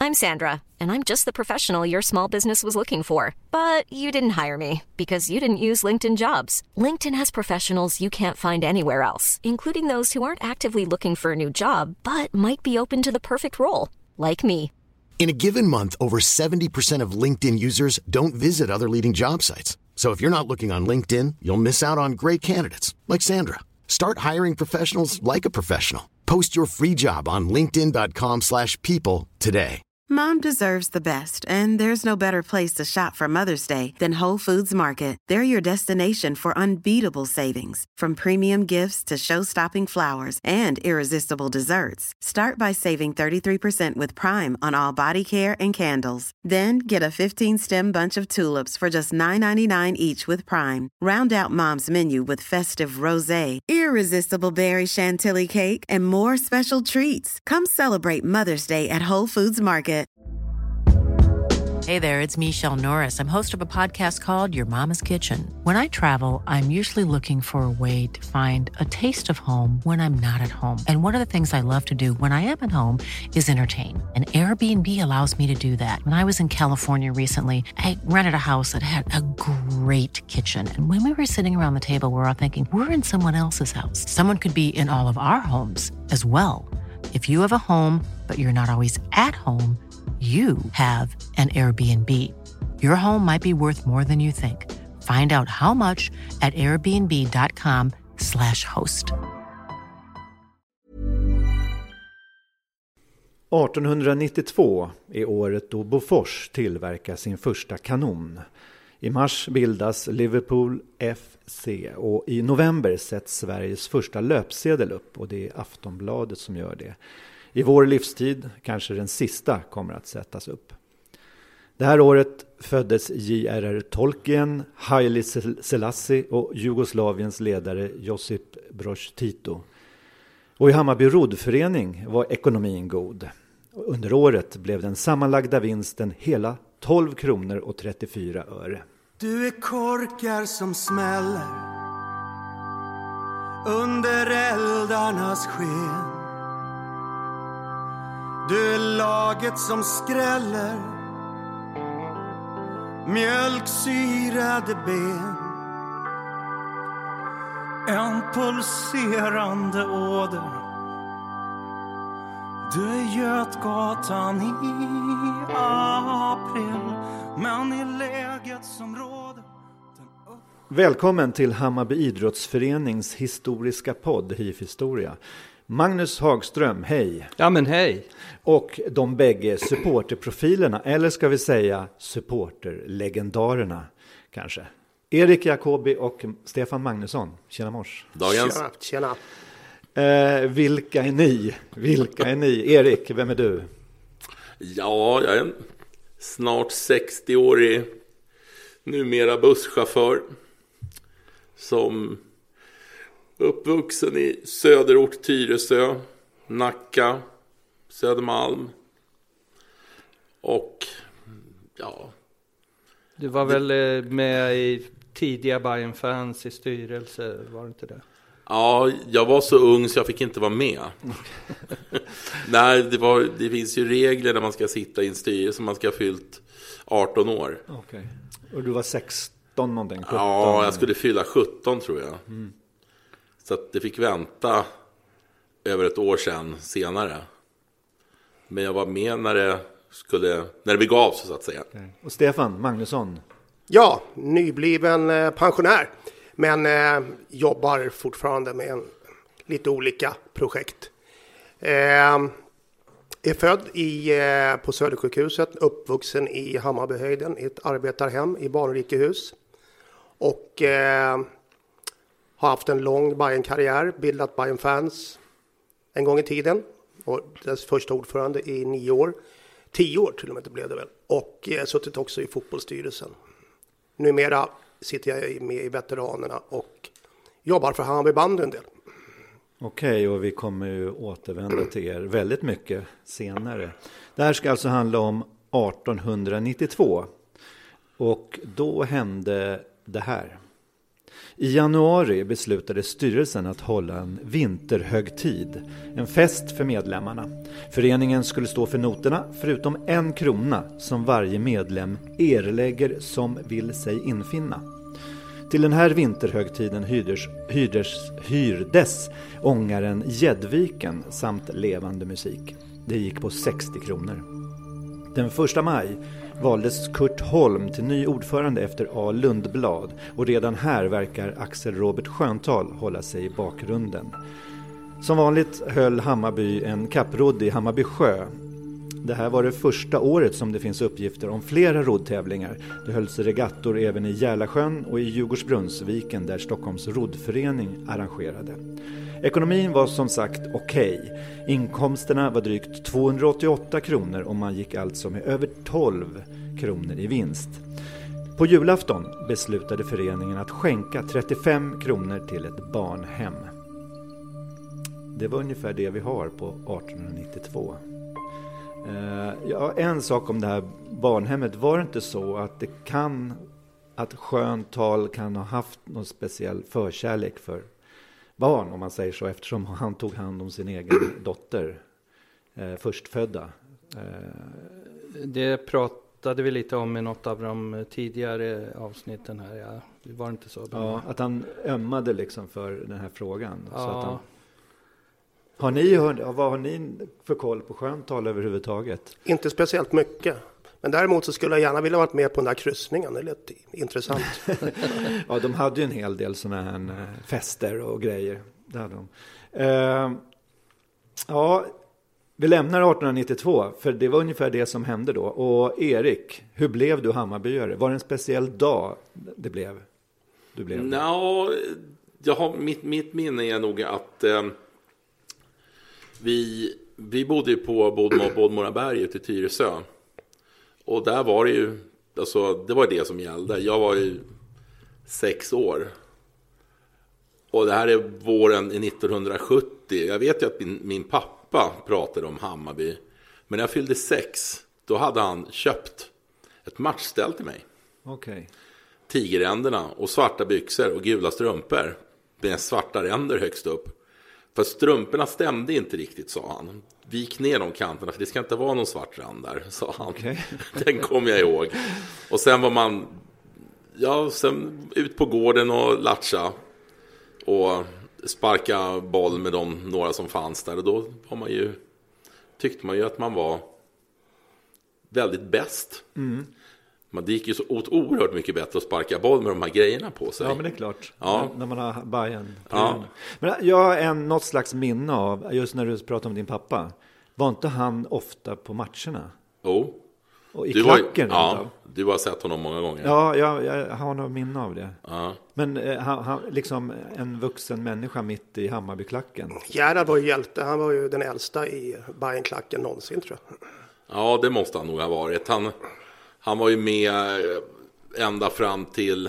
I'm Sandra, and I'm just the professional your small business was looking for. But you didn't hire me because you didn't use LinkedIn Jobs. LinkedIn has professionals you can't find anywhere else, including those who aren't actively looking for a new job, but might be open to the perfect role, like me. In a given month, over 70% of LinkedIn users don't visit other leading job sites. So if you're not looking on LinkedIn, you'll miss out on great candidates like Sandra. Start hiring professionals like a professional. Post your free job on linkedin.com/people today. Mom deserves the best, and there's no better place to shop for Mother's Day than Whole Foods Market. They're your destination for unbeatable savings, from premium gifts to show-stopping flowers and irresistible desserts. Start by saving 33% with Prime on all body care and candles. Then get a 15-stem bunch of tulips for just $9.99 each with Prime. Round out Mom's menu with festive rosé, irresistible berry chantilly cake, and more special treats. Come celebrate Mother's Day at Whole Foods Market. Hey there, it's Michelle Norris. I'm host of a podcast called Your Mama's Kitchen. When I travel, I'm usually looking for a way to find a taste of home when I'm not at home. And one of the things I love to do when I am at home is entertain. And Airbnb allows me to do that. When I was in California recently, I rented a house that had a great kitchen. And when we were sitting around the table, we were all thinking, we're in someone else's house. Someone could be in all of our homes as well. If you have a home, but you're not always at home, you have an Airbnb. Your home might be worth more than you think. Find out how much at airbnb.com/host. 1892 är året då Bofors tillverkar sin första kanon. I mars bildas Liverpool FC och i november sätts Sveriges första löpsedel upp, och det är Aftonbladet som gör det. I vår livstid kanske den sista kommer att sättas upp. Det här året föddes J.R.R. Tolkien, Haile Selassie och Jugoslaviens ledare Josip Broz Tito. Och i Hammarby roddförening var ekonomin god. Under året blev den sammanlagda vinsten hela 12 kronor och 34 öre. Du är korkar som smäller under eldarnas sken. Du är laget som skräller mjölksyrade ben. En pulserande åder. Du är Götgatan i april, men i läget som råder. Välkommen till Hammarby idrottsförenings historiska podd HIF-historia. Magnus Hagström, hej. Ja men hej. Och de bägge supporterprofilerna, eller ska vi säga supporterlegendarerna kanske. Erik Jacobi och Stefan Magnusson. Tjena mors. Dagens. Tjena. Vilka är ni? Erik, vem är du? Ja, jag är en snart 60-årig numera busschaufför som uppvuxen i söderort Tyresö, Nacka, Södermalm och ja. Du var väl med i tidiga Bayern-fans i styrelse, var det inte det? Ja, jag var så ung så jag fick inte vara med. Nej, det finns ju regler när man ska sitta i en styrelse, man ska ha fyllt 18 år. Okej. Och du var 16 någonting? 17. Ja, jag skulle fylla 17 tror jag. Mm. Så att det fick vänta över ett år sedan senare. Men jag var med när det begav sig så att säga. Okay. Och Stefan Magnusson? Ja, nybliven pensionär. Men jobbar fortfarande med lite olika projekt. Är född på Södersjukhuset, uppvuxen i Hammarbyhöjden i ett arbetarhem i Barnrikehus. Och har haft en lång Bayern-karriär, bildat Bayern-fans en gång i tiden. Och dess första ordförande i 9 år. 10 år till och med det blev det väl. Och suttit också i fotbollsstyrelsen. Numera sitter jag med i veteranerna och jobbar för Hammarby bandy en del. Okej, och vi kommer ju återvända till er väldigt mycket senare. Det här ska alltså handla om 1892. Och då hände det här. I januari beslutade styrelsen att hålla en vinterhögtid, en fest för medlemmarna. Föreningen skulle stå för noterna förutom 1 krona som varje medlem erlägger som vill sig infinna. Till den här vinterhögtiden hyrdes ångaren Gäddviken samt levande musik. Det gick på 60 kronor. Den 1 maj valdes Kurt Holm till ny ordförande efter A. Lundblad, och redan här verkar Axel Robert Sköntal hålla sig i bakgrunden. Som vanligt höll Hammarby en kapprodd i Hammarby sjö. Det här var det första året som det finns uppgifter om flera roddtävlingar. Det hölls regattor även i Järlasjön och i Djurgårdsbrunnsviken där Stockholms roddförening arrangerade. Ekonomin var som sagt okej. Inkomsterna var drygt 288 kronor och man gick alltså med över 12 kronor i vinst. På julafton beslutade föreningen att skänka 35 kronor till ett barnhem. Det var ungefär det vi har på 1892. Ja, en sak om det här barnhemmet, var det inte så att Sköntal kan ha haft någon speciell förkärlek för barn, om man säger så, eftersom han tog hand om sin egen dotter, förstfödda. Det pratade vi lite om i något av de tidigare avsnitten här. Ja, det var inte så bra. Ja, att han ömmade liksom för den här frågan. Ja. Så att vad har ni för koll på Sköntal överhuvudtaget? Inte speciellt mycket. Men däremot så skulle jag gärna vilja varit med på den där kryssningen. Det är lite intressant. Ja, de hade ju en hel del såna här fester och grejer. Det hade de. Ja, vi lämnar 1892, för det var ungefär det som hände då. Och Erik, hur blev du Hammarbyare? Var det en speciell dag det blev? Du blev? No, mitt minne är nog att vi bodde ju på Bollmoraberg ute i Tyresö. Och där var det ju, alltså det var det som gällde. Jag var ju 6 år. Och det här är våren 1970. Jag vet ju att min pappa pratade om Hammarby. Men när jag fyllde 6, då hade han köpt ett matchställ till mig. Okej. Tigerränderna och svarta byxor och gula strumpor med svarta ränder högst upp. För strumporna stämde inte riktigt, sa han. Vik ner de kanterna, för det ska inte vara någon svart rand där, sa han. Okay. Den kom jag ihåg. Och sen var man sen ut på gården och latcha och sparka boll med några som fanns där. Och då var tyckte man ju att man var väldigt bäst. Mm. Det gick ju så oerhört mycket bättre att sparka boll med de här grejerna på sig. Ja, men det är klart. Ja. När man har Bayern. Ja. Men jag har något slags minne av, just när du pratar om din pappa. Var inte han ofta på matcherna? Jo. Och i klacken? Ja, du har sett honom många gånger. Ja, jag har nog minne av det. Ja. Men han liksom en vuxen människa mitt i Hammarbyklacken. Gerhard var ju hjälte. Han var ju den äldsta i Bayernklacken någonsin, tror jag. Ja, det måste han nog ha varit. Han var ju med ända fram till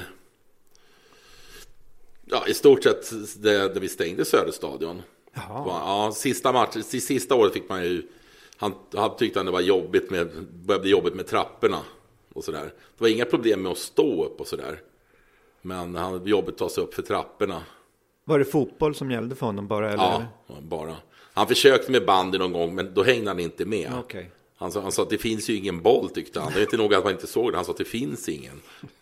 i stort sett där vi stängde Söderstadion. Jaha. Ja, sista året fick man ju, han tyckte att det var började bli jobbigt med trapporna och sådär. Det var inga problem med att stå upp och sådär. Men han hade jobbigt att ta sig upp för trapporna. Var det fotboll som gällde för honom bara? Eller? Ja, bara. Han försökte med bandy någon gång, men då hängde han inte med. Okay. Han sa att det finns ju ingen boll, tyckte han. Det är inte nog att man inte såg det. Han sa att det finns ingen.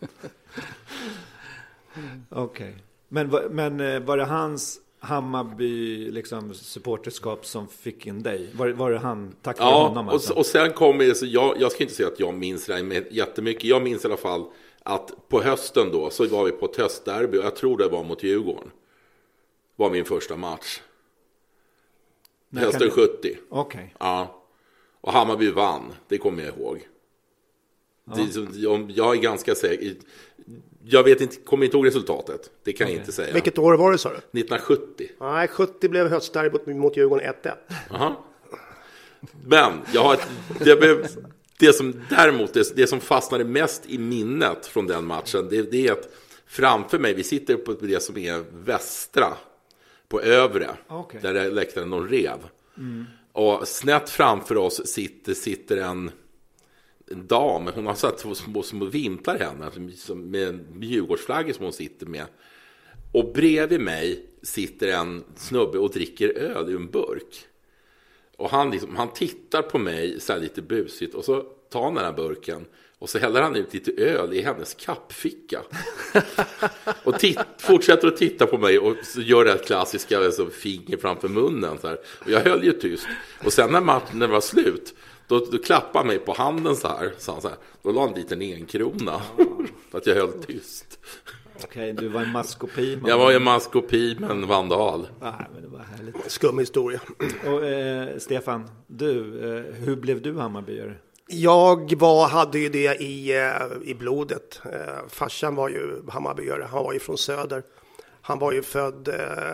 Okej. Men var det hans Hammarby liksom supporterskap som fick in dig? Var det han, tack för honom? Alltså? Och sen kommer det, så jag ska inte säga att jag minns det med jättemycket. Jag minns i alla fall att på hösten då så var vi på ett höstderby och jag tror det var mot Djurgården. Var min första match. Hösten 70. Okej. Ja. Och Hammarby vann, det kommer jag ihåg. Ja. Jag är ganska säker. Jag kommer inte ihåg resultatet. Det kan jag inte säga. Vilket år var det, sa du? 1970. Nej, 70 blev höstderby mot Djurgården 1-1. Aha. Men det som fastnade mest i minnet från den matchen, det är att framför mig, vi sitter på det som är västra, på övre, där läktaren någon rev. Mm. Och snett framför oss sitter en dam. Hon har satt små vimplar henne med Djurgårdsflaggor som hon sitter med. Och bredvid mig sitter en snubbe och dricker öl i en burk. Och han tittar på mig så här lite busigt. Och så tar han den här burken. Och så häller han ut lite öl i hennes kappficka. Och fortsätter att titta på mig. Och så gör det här klassiska alltså, finger framför munnen. Så här. Och jag höll ju tyst. Och sen när matchen var slut. Då klappade han mig på handen så här. Då la han dit en 1 krona. För att jag höll tyst. Okej, du var en maskopi. Jag var en maskopi med en vandal. Men det var härligt. Skum historia. Och Stefan, hur blev du Hammarbyare? Jag hade ju det i blodet. Farsan var ju Hammarbyare. Han var ju från Söder. Han var ju född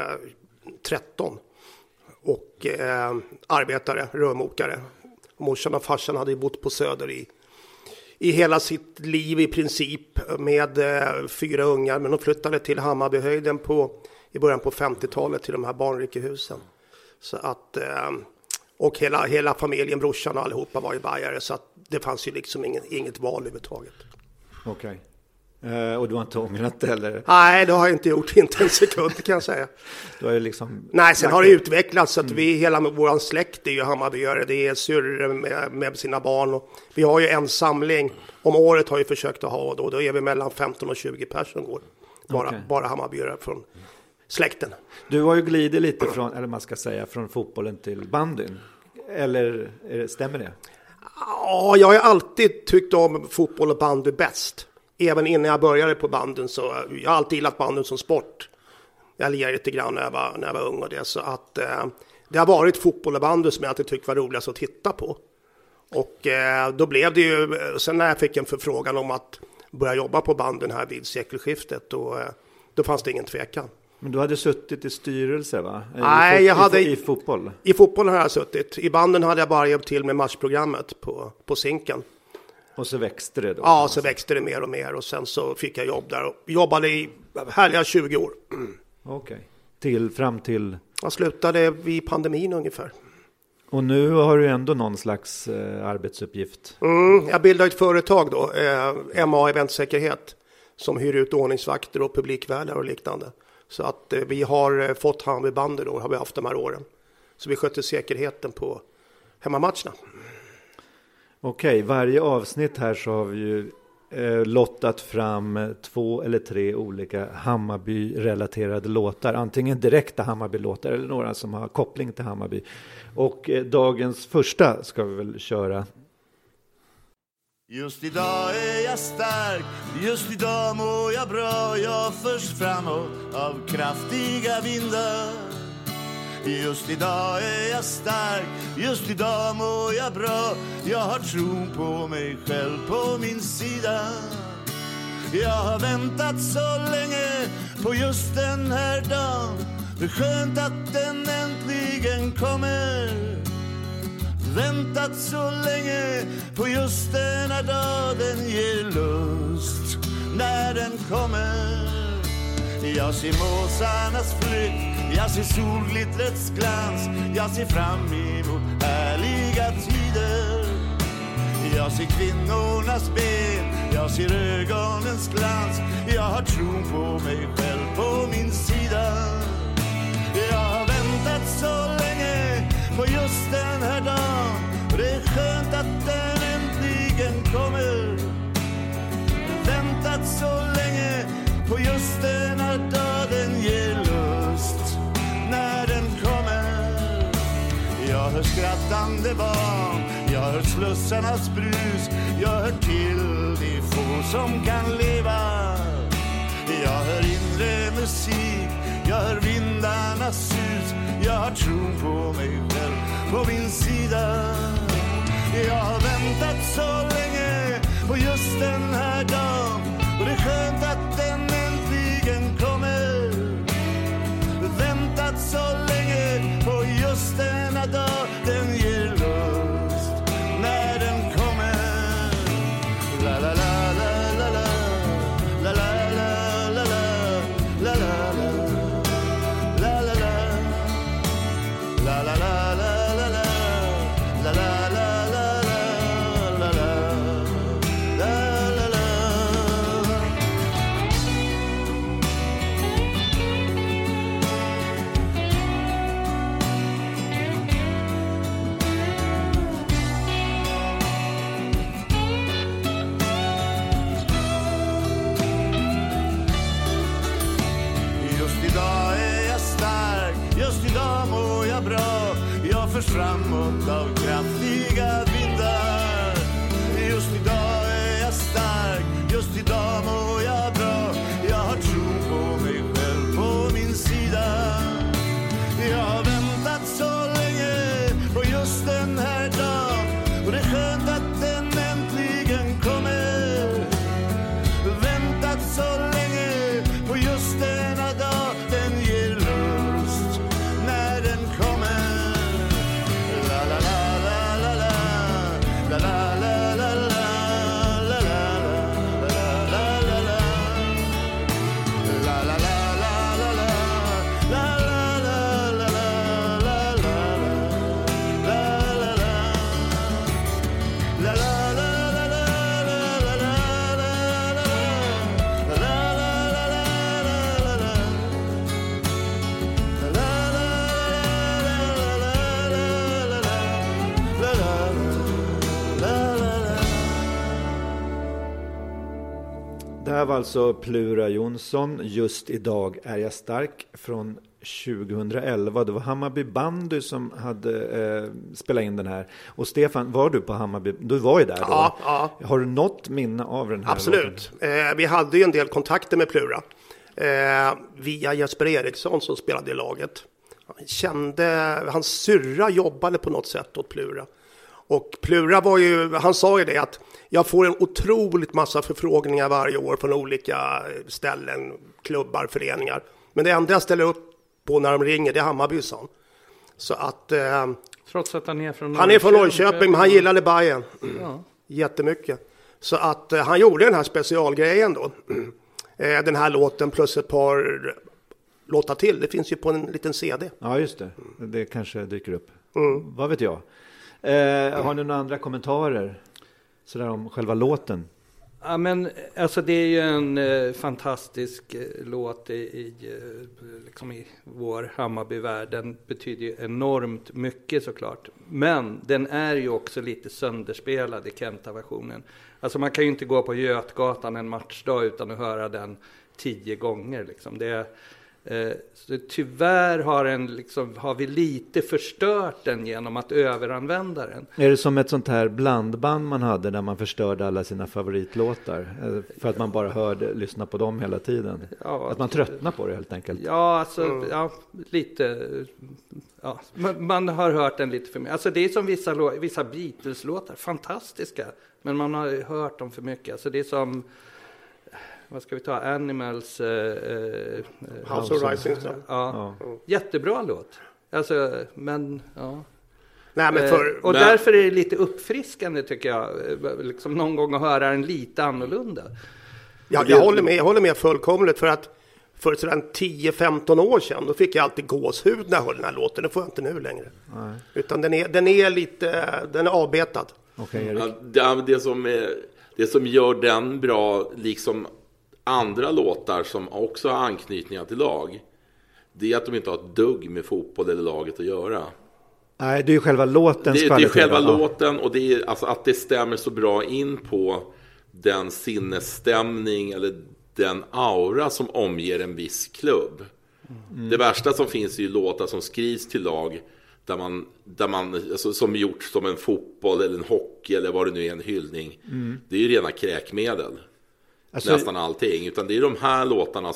13. Och arbetare, rörmokare. Morsan och farsan hade ju bott på Söder i hela sitt liv i princip med 4 ungar. Men de flyttade till Hammarbyhöjden i början på 50-talet till de här barnrikehusen. Så att, och hela familjen, brorsan och allihopa var ju bajare. Så att det fanns ju liksom inget val överhuvudtaget. Okej. Och du har inte ångrat eller? Nej, det har jag inte gjort, inte en sekund kan jag säga. Du har ju liksom... Nej, sen har det utvecklats så att hela vår släkt är ju Hammarbyare. Det är syrror med sina barn. Och vi har ju en samling om året har vi försökt att ha då är vi mellan 15 och 20 personer går. Bara Hammarbyare från släkten. Du har ju glidit lite från fotbollen till bandyn. Eller stämmer det? Ja, jag har alltid tyckt om fotboll och bandy bäst. Även innan jag började på banden så jag har alltid gillat banden som sport. Jag lirade lite grann när jag var ung och det. Så att det har varit fotboll och bandy som jag alltid tyckt var roligast att titta på. Och då blev det ju, sen när jag fick en förfrågan om att börja jobba på banden här vid sekelskiftet då fanns det ingen tvekan. Men du hade suttit i styrelse va? Nej, jag hade i fotboll. I fotboll har jag suttit. I banden hade jag bara hjälpt till med matchprogrammet på Zinken. Och så växte det då? Ja, så växte det mer och mer och sen så fick jag jobb där och jobbade i härliga 20 år. Okej. Fram till? Jag slutade vid pandemin ungefär. Och nu har du ändå någon slags arbetsuppgift? Jag bildade ett företag då, MA Eventsäkerhet, som hyr ut ordningsvakter och publikvärdar och liknande. Så att vi har fått hand vid bandet då, har vi haft de här åren. Så vi sköter säkerheten på hemmamatcherna. Okej, varje avsnitt här så har vi ju lottat fram 2 eller 3 olika Hammarby-relaterade låtar. Antingen direkta Hammarby-låtar eller några som har koppling till Hammarby. Och dagens första ska vi väl köra. Just idag är jag stark, just idag mår jag bra. Jag förs framåt av kraftiga vindar. Just idag är jag stark, just idag mår jag bra. Jag har tron på mig själv på min sida. Jag har väntat så länge på just den här dagen. Det är skönt att den äntligen kommer. Väntat så länge på just den här dagen. Den ger lust när den kommer. Jag ser måsarnas flykt, jag ser solglittrets glans. Jag ser fram emot härliga tider. Jag ser kvinnornas ben, jag ser ögonens glans. Jag har tron på mig själv på min sida. Jag har väntat så länge på just den här dagen. Och det är skönt att den äntligen kommer. Väntat så länge på just den här dagen, ger lust när den kommer. Jag hör skrattande barn, jag hör slussarnas brus. Jag hör till de få som kan leva. Jag hör inre musik, jag hör vindarnas sus. Jag har tron på mig själv på min sida. Jag har väntat så länge på just den här dagen. Och det är skönt att den äntligen kommer. Väntat så länge på just den här dagen. Den ger lust när den kommer. La la la la la la. La la la la la. La la la. La la la. La la la la la la. La la la la la. framåt av kraftiga vindar. Just idag är jag stark, just idag mår jag bra. Jag har tro på mig själv på min sida. Jag har väntat så länge på just den här dagen, och det är skönt att den äntligen kommer. Väntat så länge på just denna dag, den ger lust när den kommer. La la la la la la, la la la la la. Det här var alltså Plura Jonsson, Just idag är jag stark, från 2011. Det var Hammarby bandy som hade spelat in den här. Och Stefan, var du på Hammarby? Du var ju där då. Ja. Har du något minne av den här Absolut. Vi hade ju en del kontakter med Plura. Via Jesper Eriksson som spelade i laget. Hans syrra jobbade på något sätt åt Plura. Och Plura var ju, han sa ju det att jag får en otroligt massa förfrågningar varje år från olika ställen, klubbar, föreningar. Men det enda jag ställer upp på när de ringer, det är Hammarbysson. Så att... Trots att han är från Norrköping. Han är från Norrköping, men han gillade Bayern. Ja. Jättemycket. Så att han gjorde den här specialgrejen då. Den här låten plus ett par låtar till. Det finns ju på en liten CD. Ja, just det. Det kanske dyker upp. Vad vet jag? Har ni några andra kommentarer sådär om själva låten? Ja, men alltså det är ju en fantastisk låt i vår Hammarbyvärld. Den betyder ju enormt mycket såklart. Men den är ju också lite sönderspelad i Kenta-versionen. Alltså man kan ju inte gå på Götgatan en matchdag utan att höra den 10 gånger liksom. Det är... Så tyvärr har vi lite förstört den genom att överanvända den. Är det som ett sånt här blandband man hade där man förstörde alla sina favoritlåtar för att man bara lyssna på dem hela tiden? Ja, att man tröttnar på det helt enkelt. Ja, alltså lite. Ja, man har hört den lite för mycket. Alltså det är som vissa Beatles-låtar, fantastiska, men man har hört dem för mycket. Alltså det är som, vad ska vi ta? Animals... House of Rising Star. Ja. Jättebra låt. Alltså, men... Ja. Nej, men därför är det lite uppfriskande tycker jag. Liksom någon gång att höra den lite annorlunda. Ja, jag håller med fullkomligt. För att för sådär 10-15 år sedan då fick jag alltid gåshud när jag hörde den här låten. Det får jag inte nu längre. Nej. Utan den är avbetad. Okay, det som gör den bra, liksom andra låtar som också har anknytningar till lag, det är att de inte har ett dugg med fotboll eller laget att göra. Nej, det är ju själva låten. Det är själva låten, och det är alltså att det stämmer så bra in på den sinnesstämning eller den aura som omger en viss klubb. Det värsta som finns är ju låtar som skrivs till lag där man alltså, som gjort som en fotboll eller en hockey eller vad det nu är, en hyllning. Det är ju rena kräkmedel. Alltså, nästan allting. Utan det är de här låtarna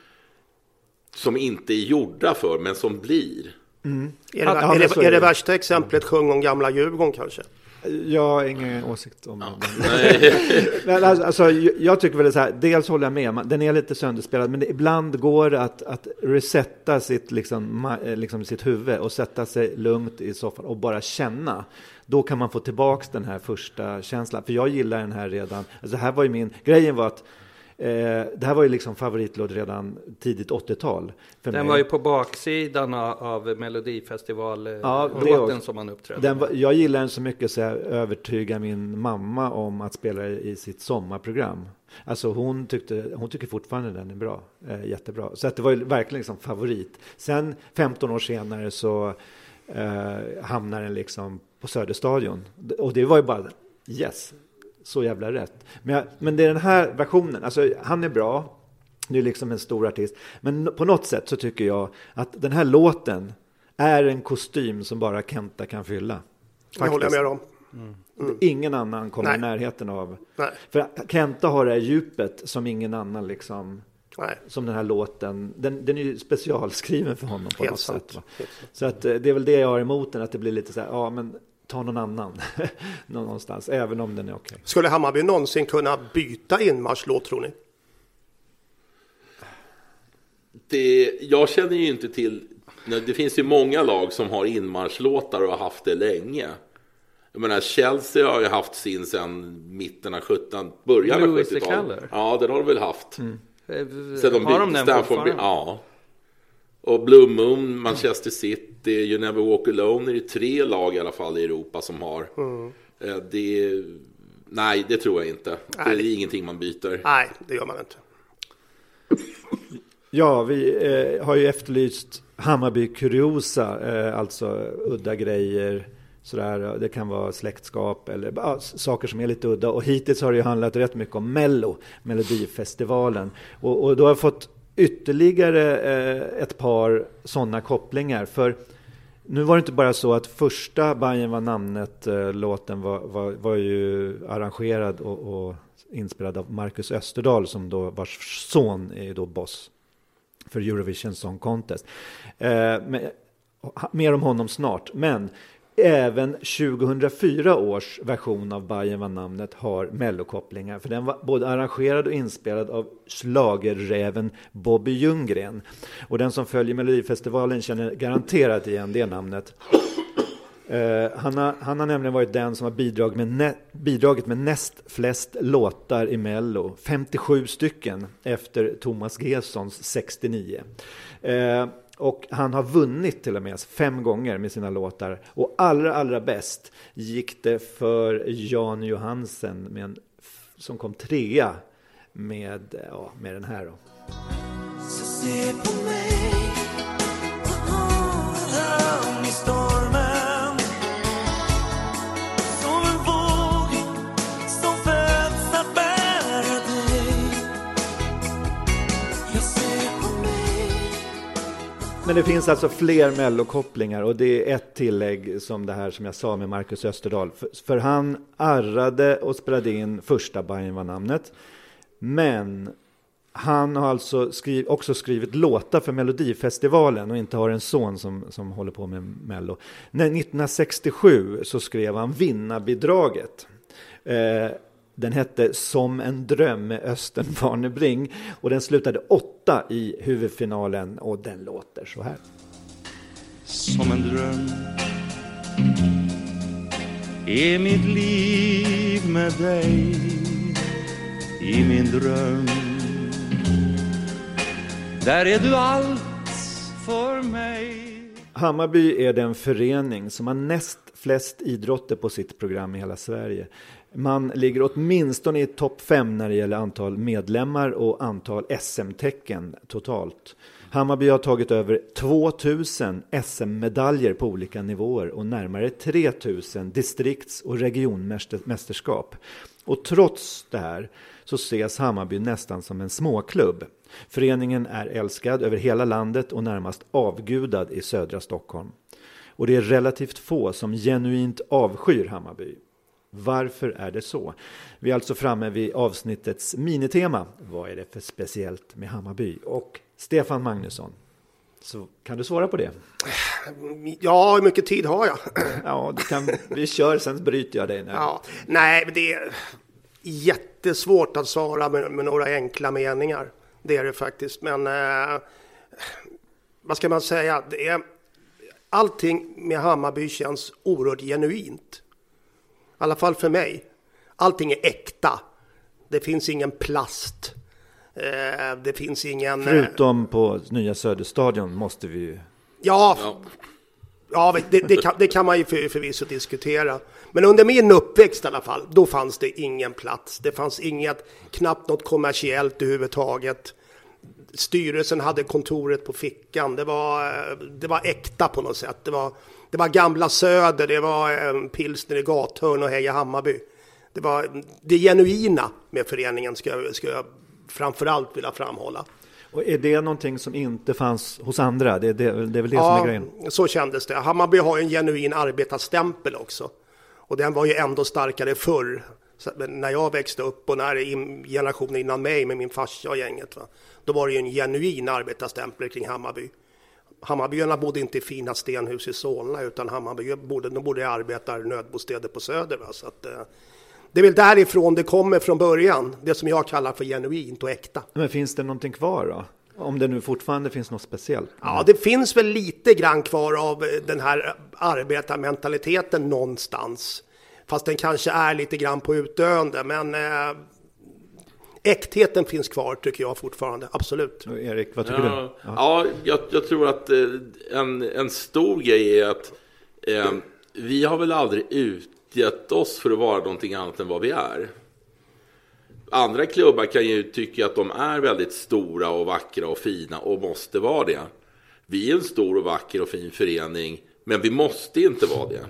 som inte är gjorda för, men som blir. Är det värsta exemplet Sjung om gamla Djurgården kanske? Jag har ingen åsikt om den. Alltså, jag tycker väl så här, dels håller jag med, den är lite sönderspelad, men ibland går det att resetta sitt, liksom sitt huvud och sätta sig lugnt i soffan och bara känna. Då kan man få tillbaks den här första känslan. För jag gillar den här redan. Alltså här var ju grejen var att det här var ju liksom favoritlåt redan tidigt 80-tal. Den var ju på baksidan av Melodifestival-låten som man uppträdde. Jag gillar den så mycket så jag övertygar min mamma om att spela i sitt sommarprogram. Alltså hon tycker fortfarande den är bra. Jättebra. Så att det var ju verkligen liksom favorit. Sen 15 år senare så hamnar den liksom på Söderstadion. Och det var ju bara yes. Så jävla rätt. Men det är den här versionen. Alltså han är bra. Det är liksom en stor artist. Men på något sätt så tycker jag att den här låten är en kostym som bara Kenta kan fylla. Det håller jag med om. Ingen annan kommer i närheten av. Nej. För Kenta har det här djupet som ingen annan liksom. Nej. Som den här låten. Den är ju specialskriven för honom på något sätt. Va? Så att det är väl det jag har emot den. Att det blir lite så här, ja men ta någon annan någonstans. Även om den är okej. Skulle Hammarby någonsin kunna byta inmarschlåt, tror ni? Jag känner ju inte till. Det finns ju många lag som har inmarschlåtar och har haft det länge. Jag menar, Chelsea har ju haft sin sedan mitten av 70-talet, början av 70-talet. Ja, den har de väl haft. Sen har de den fortfarande? Ja. Och Blue Moon, Manchester City, You Never Walk Alone, är det 3 lag i alla fall i Europa som har. Nej, det tror jag inte. Det är ingenting man byter. Nej, det gör man inte. Ja, vi har ju efterlyst Hammarby kuriosa, alltså udda grejer. Sådär, det kan vara släktskap eller saker som är lite udda. Och hittills har det ju handlat rätt mycket om Melodifestivalen. Och då har jag fått ytterligare ett par sådana kopplingar. För nu var det inte bara så att första Bajen var namnet, låten var ju arrangerad och inspelad av Marcus Österdahl, som då vars son är då boss för Eurovision Song Contest. Mer om honom snart, men även 2004 års version av Bajen var namnet har mellokopplingar, för den var både arrangerad och inspelad av schlagerräven Bobby Ljunggren. Och den som följer Melodifestivalen känner garanterat igen det namnet. Han har nämligen varit den som har bidragit med näst flest låtar i Mello, 57 stycken efter Thomas Gessons 69. Och han har vunnit till och med 5 gånger med sina låtar. Och allra bäst gick det för Jan Johansen som kom 3 med den här då. Så se på mig, i stormen, som en våg som föds att bära dig. Jag ser på mig. Men det finns alltså fler mellokopplingar, och det är ett tillägg som det här som jag sa med Marcus Österdahl. För han arrade och spelade in första Bajen var namnet. Men han har alltså också skrivit låtar för Melodifestivalen och inte har en son som håller på med Mello. 1967 så skrev han Vinnarbidraget. Den hette Som en dröm med Östen Warnerbring, och den slutade 8 i huvudfinalen, och den låter så här. Som en dröm är mitt liv med dig. I min dröm där är du allt för mig. Hammarby är den förening som har näst flest idrotter på sitt program i hela Sverige. Man ligger åtminstone i topp 5 när det gäller antal medlemmar och antal SM-tecken totalt. Hammarby har tagit över 2000 SM-medaljer på olika nivåer och närmare 3000 distrikts- och regionmästerskap. Och trots det här så ses Hammarby nästan som en småklubb. Föreningen är älskad över hela landet och närmast avgudad i södra Stockholm. Och det är relativt få som genuint avskyr Hammarby. Varför är det så? Vi är alltså framme vid avsnittets minitema. Vad är det för speciellt med Hammarby? Och Stefan Magnusson, så kan du svara på det? Ja, hur mycket tid har jag? Ja, vi kör, sen bryter jag dig nu. Ja, nej, det är jättesvårt att svara med några enkla meningar. Det är det faktiskt. Men vad ska man säga? Allting med Hammarby känns oerhört genuint. I alla fall för mig. Allting är äkta. Det finns ingen plast. Det finns ingen... Förutom på nya Söderstadion måste vi ju... Ja, det kan man ju förvisso diskutera. Men under min uppväxt i alla fall, då fanns det ingen plats. Det fanns knappt något kommersiellt överhuvudtaget. Styrelsen hade kontoret på fickan. Det var äkta på något sätt. Det var gamla Söder, det var pilsner i Gathörn och Heja Hammarby. Det var det genuina med föreningen ska jag framförallt vilja framhålla. Och är det någonting som inte fanns hos andra? Det är väl det som är grejen? Ja, så kändes det. Hammarby har en genuin arbetarstämpel också. Och den var ju ändå starkare förr. Så när jag växte upp och när generationen innan mig med min farsa och gänget, va? Då var det ju en genuin arbetarstämpel kring Hammarby. Hammarbyarna bodde inte i fina stenhus i Solna, utan Hammarby bodde i arbetarnödbostäder på Söder. Va? Så att, det är väl därifrån det kommer från början. Det som jag kallar för genuint och äkta. Men finns det någonting kvar då? Om det nu fortfarande finns något speciellt? Ja, det finns väl lite grann kvar av den här arbetarmentaliteten någonstans. Fast den kanske är lite grann på utdöende. Men äktheten finns kvar tycker jag fortfarande. Absolut. Och Erik, vad tycker du? Ja, jag tror att en stor grej är att vi har väl aldrig utgett oss för att vara någonting annat än vad vi är. Andra klubbar kan ju tycka att de är väldigt stora och vackra och fina och måste vara det. Vi är en stor och vacker och fin förening, men vi måste inte vara det.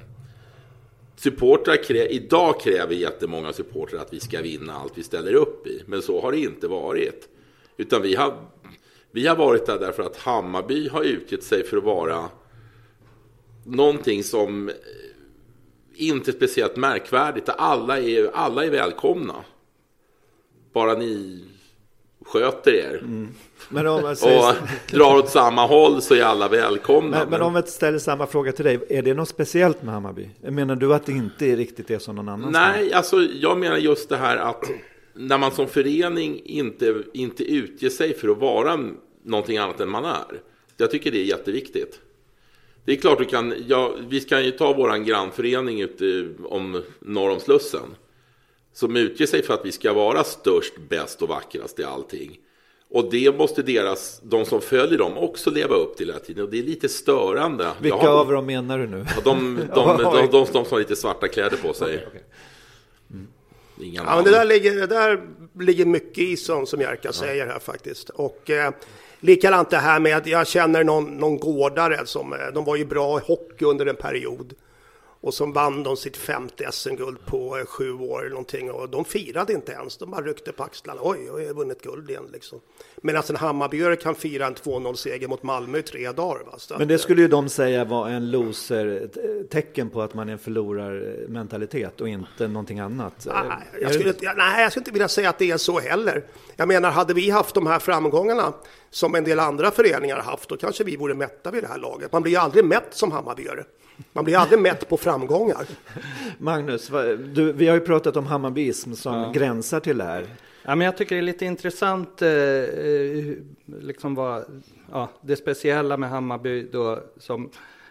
Idag kräver jättemånga supportrar att vi ska vinna allt vi ställer upp i. Men så har det inte varit. Utan vi har varit där därför att Hammarby har utgett sig för att vara någonting som inte är speciellt märkvärdigt. Alla är välkomna. Bara ni sköter er. Men om och drar åt samma håll så är alla välkomna. Men om jag ställer samma fråga till dig, är det något speciellt med Hammarby? Menar du att det inte är riktigt det som någon annan? Nej, alltså jag menar just det här att när man som förening inte utger sig för att vara någonting annat än man är. Jag tycker det är jätteviktigt. Det är klart vi kan ju ta våran grannförening ute norr om Slussen. Som utger sig för att vi ska vara störst, bäst och vackrast i allting. Och det måste de som följer dem också leva upp till hela tiden. Och det är lite störande. Vilka av dem menar du nu? De som har lite svarta kläder på sig. Okay. Ja, men det där ligger mycket i som Jerka säger här faktiskt. Och likadant det här med att jag känner någon gårdare som de var ju bra i hockey under en period. Och som vann de sitt 5:e SM-guld på 7 år eller någonting. Och de firade inte ens. De bara ryckte på axlarna. Oj, jag har vunnit guld igen liksom. Men alltså en Hammarbyare kan fira en 2-0-seger mot Malmö i 3 dagar. Va? Men det skulle ju de säga var en loser-tecken på att man är en förlorarmentalitet och inte någonting annat. Jag skulle inte vilja säga att det är så heller. Jag menar, hade vi haft de här framgångarna som en del andra föreningar har haft, då kanske vi vore mätta vid det här laget. Man blir ju aldrig mätt som Hammarbyare. Man blir aldrig mätt på framgångar. Magnus, vi har ju pratat om Hammarbysm som gränsar till det här. Ja, men jag tycker det är lite intressant liksom det speciella med Hammarby då, som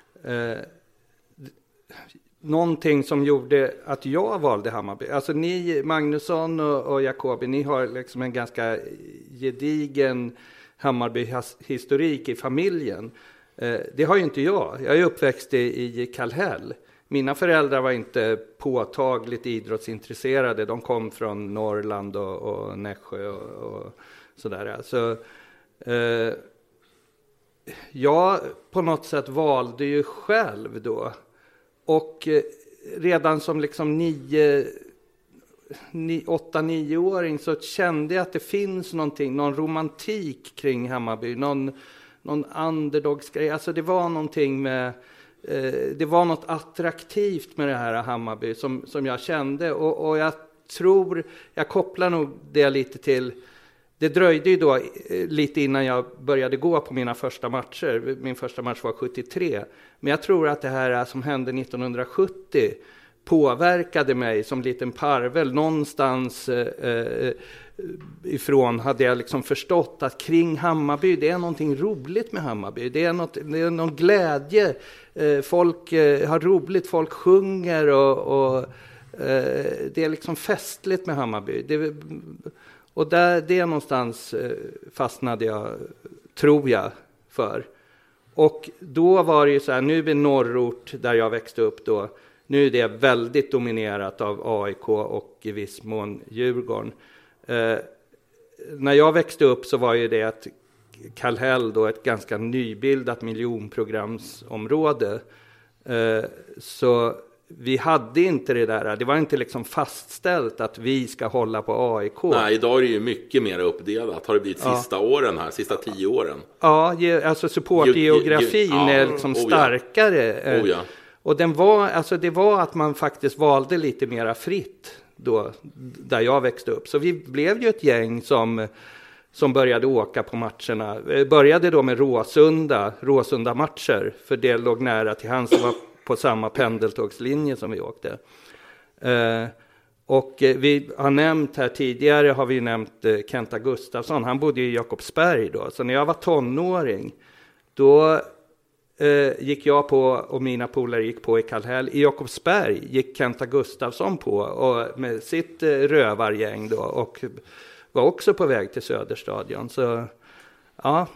någonting som gjorde att jag valde Hammarby. Alltså ni, Magnusson och Jacobi, ni har liksom en ganska gedigen Hammarby-historik i familjen. Det har ju inte jag. Jag är uppväxt i Kallhäll. Mina föräldrar var inte påtagligt idrottsintresserade. De kom från Norrland och Nässjö och sådär. Alltså, jag på något sätt valde ju själv då. Och redan som liksom 8-9-åring så kände jag att det finns någon romantik kring Hammarby. Någon underdogsgrej. Alltså det var någonting med... Det var något attraktivt med det här Hammarby som jag kände. Och jag tror... Jag kopplar nog det lite till... Det dröjde ju då lite innan jag började gå på mina första matcher. Min första match var 73. Men jag tror att det här som hände 1970 påverkade mig som liten parvel. Någonstans ifrån hade jag liksom förstått att kring Hammarby, det är någonting roligt med Hammarby. Det är någon glädje. Folk har roligt, folk sjunger och det är liksom festligt med Hammarby. Och det någonstans fastnade jag, tror jag, för. Och då var det ju så här, nu är norrort där jag växte upp då, nu är det väldigt dominerat av AIK och i viss mån Djurgården. När jag växte upp så var ju det att Kallhäll då ett ganska nybildat miljonprogramsområde. Så vi hade inte det där. Det var inte liksom fastställt att vi ska hålla på AIK. Nej, idag är det ju mycket mer uppdelat. Har det blivit sista åren här, sista 10 åren? Ja, alltså supportgeografin är liksom starkare. Och det var att man faktiskt valde lite mera fritt då, där jag växte upp. Så vi blev ju ett gäng som började åka på matcherna. Började då med Råsunda matcher, för det låg nära till hands. Det var på samma pendeltågslinje som vi åkte. Och vi har nämnt här tidigare, har vi nämnt Kenta Gustafsson. Han bodde i Jakobsberg då. Så när jag var tonåring, då gick jag på, och mina polare gick på i Kallhäll. I Jakobsberg gick Kenta Gustafsson på och med sitt rövargäng då, och var också på väg till Söderstadion. Så ja,